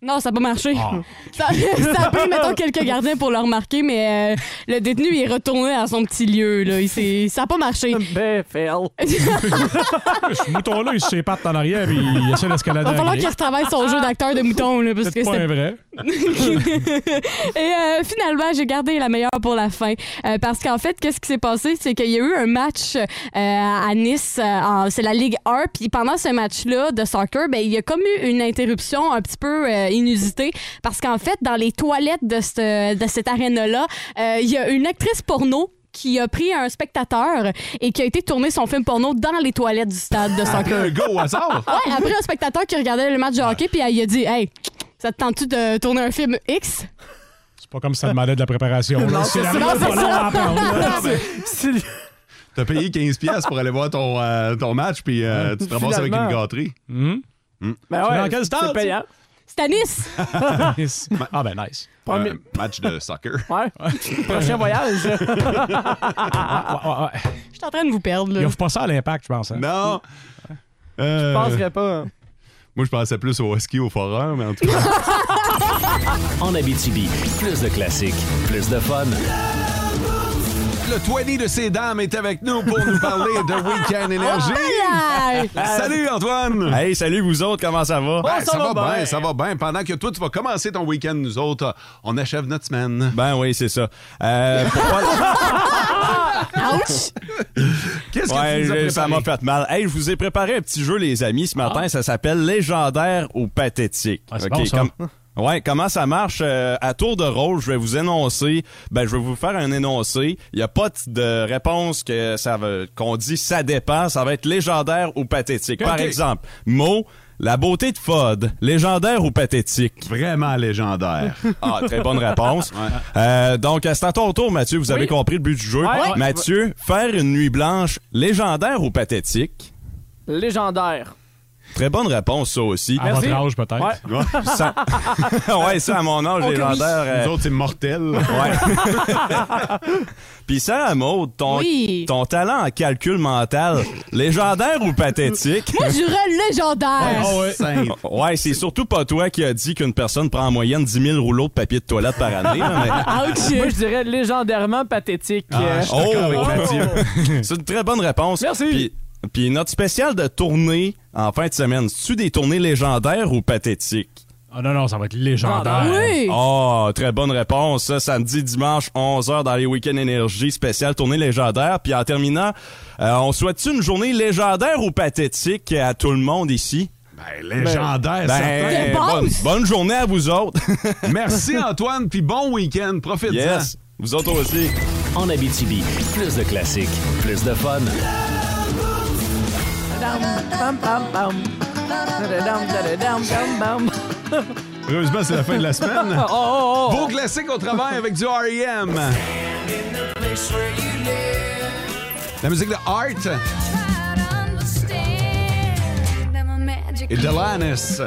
Non, ça n'a pas marché. Ah. Ça, ça a pris, mettons, quelques gardiens pour le remarquer, mais euh, le détenu il est retourné à son petit lieu. Là. Il s'est- ça n'a pas marché. Ben, fail. Ce mouton-là, il se sépare en arrière et il essaie d'escalader. Il va falloir la qu'il grille. retravaille son jeu d'acteur de mouton. Là, parce C'est que pas c'était un vrai. Et euh, finalement, j'ai gardé la meilleure pour la fin. Euh, parce qu'en fait, qu'est-ce qui s'est passé? C'est qu'il y a eu un match euh, à Nice. Euh, en- c'est la Ligue un. Puis pendant ce match-là de soccer, ben, il y a comme eu une interruption un petit peu euh, inusitée. Parce qu'en fait, dans les toilettes de, cette- de cette aréna-là, euh, il y a une actrice porno qui a pris un spectateur et qui a été tourner son film porno dans les toilettes du stade de soccer. Un gars au hasard? Ouais, après un spectateur qui regardait le match de hockey, puis il a dit « Hey, ça te tente-tu de tourner un film X? » C'est pas comme si ça demandait de la préparation. là. Non, C'est c'est la ça, même c'est pas long ça. à apprendre, là. C'est- T'as payé quinze piastres pour aller voir ton, euh, ton match, puis euh, tu te ramasses avec Finalement. une gâterie. Hum? Ben C'est ouais, dans quel stade, c'est payant. C'est à Nice. Nice. Ah ben nice. Premier- Un match de soccer. Ouais. Prochain voyage. Ouais, ouais, ouais. Je suis en train de vous perdre. Il Là. offre pas ça à l'impact, je pense. Hein? Non. Euh, Je penserais pas. Moi, je pensais plus au ski au foreur, mais en tout cas. En Abitibi, plus de classiques, plus de fun. Le vingt de ces dames est avec nous pour nous parler de Week-end Énergie. Salut Antoine! Hey, salut vous autres, comment ça va? Ben, ça, va bien, ça va bien. Pendant que toi, tu vas commencer ton week-end, nous autres, on achève notre semaine. Ben oui, c'est ça. Euh, pour pas- Ouch! Qu'est-ce que Ouais, tu nous as je- ça préparé? m'a fait mal. Hey, je vous ai préparé un petit jeu, les amis, ce matin. Ça s'appelle Légendaire ou Pathétique. Ah, c'est OK, bon, ça. comme- Ouais, comment ça marche? Euh, à tour de rôle, je vais vous énoncer. Ben, je vais vous faire un énoncé. Il n'y a pas de réponse que ça veut, qu'on dit ça dépend. Ça va être légendaire ou pathétique. Par OK. exemple, mot, la beauté de Fod. Légendaire ou pathétique? Vraiment légendaire. Ah, très bonne réponse. Euh, donc, c'est à ton tour, Mathieu. Vous avez Oui. compris le but du jeu. Ouais. Mathieu, faire une nuit blanche, légendaire ou pathétique? Légendaire. Très bonne réponse, ça aussi. À votre âge, peut-être. Ouais. Ça... ouais, ça, à mon âge, Ok, légendaire. oui. euh, Nous autres, c'est mortel. Ouais. Puis ça, Maud, ton, Oui. ton talent en calcul mental, légendaire ou pathétique? Moi, je dirais légendaire. Ah ouais. Simple. Ouais, c'est surtout pas toi qui a dit qu'une personne prend en moyenne dix mille rouleaux de papier de toilette par année. là, mais- Ouch. Moi, je dirais légendairement pathétique. Ah, Euh, je suis d'accord avec Oh! Mathieu. C'est une très bonne réponse. Merci. Puis, puis notre spécial de tournée en fin de semaine, c'est-tu des tournées légendaires ou pathétiques? Ah non, non, ça va être légendaire. Oui. Oh, très bonne réponse. Ça, samedi, dimanche, onze heures dans les Week-ends Énergie, spécial tournée légendaire. Puis en terminant, euh, on souhaite-tu une journée légendaire ou pathétique à tout le monde ici? Ben, légendaire, Ben, certain. bonne, bonne journée à vous autres. Merci Antoine, puis bon week-end. Profite-en. Yes, vous autres aussi. En Abitibi, plus de classiques, plus de fun. Pam, pam, pam. Dadadam, dadadam, bam, bam. Heureusement, c'est la fin de la semaine. Oh, oh, oh. Vos classiques au travail avec du R E M. La musique de Art et Delanis.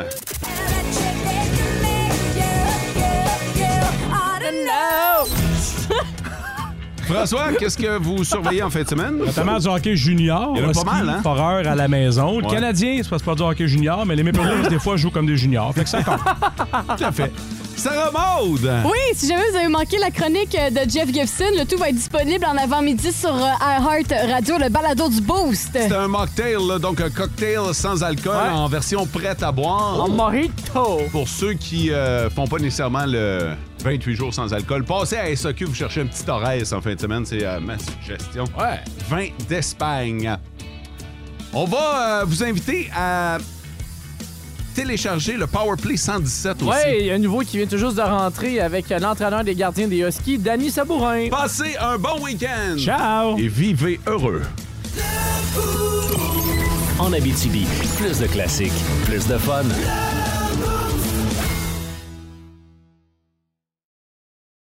François, qu'est-ce que vous surveillez en fin de semaine? Notamment du hockey junior. Il y en a pas ski, mal, hein? Foreur à la maison. Le Ouais. Canadien, c'est pas, c'est pas du hockey junior, mais les Maple Leafs, des fois, jouent comme des juniors. Fait que ça compte. Tout à fait. Sarah Maud! Oui, si jamais vous avez manqué la chronique euh, de Jeff Gibson, le tout va être disponible en avant-midi sur euh, iHeart Radio, le balado du Boost. C'est un mocktail, là, donc un cocktail sans alcool Ouais. en version prête à boire. En mojito. Pour ceux qui euh, font pas nécessairement le vingt-huit jours sans alcool, passez à S A Q, vous cherchez un petit Torres en fin de semaine, c'est euh, ma suggestion. Ouais. Vin d'Espagne. On va euh, vous inviter à télécharger le Powerplay cent dix-sept aussi. Ouais, il y a un nouveau qui vient tout juste de rentrer avec euh, l'entraîneur des gardiens des Huskies, Danny Sabourin. Passez un bon week-end. Ciao! Et vivez heureux. En Abitibi, plus de classiques, plus de fun.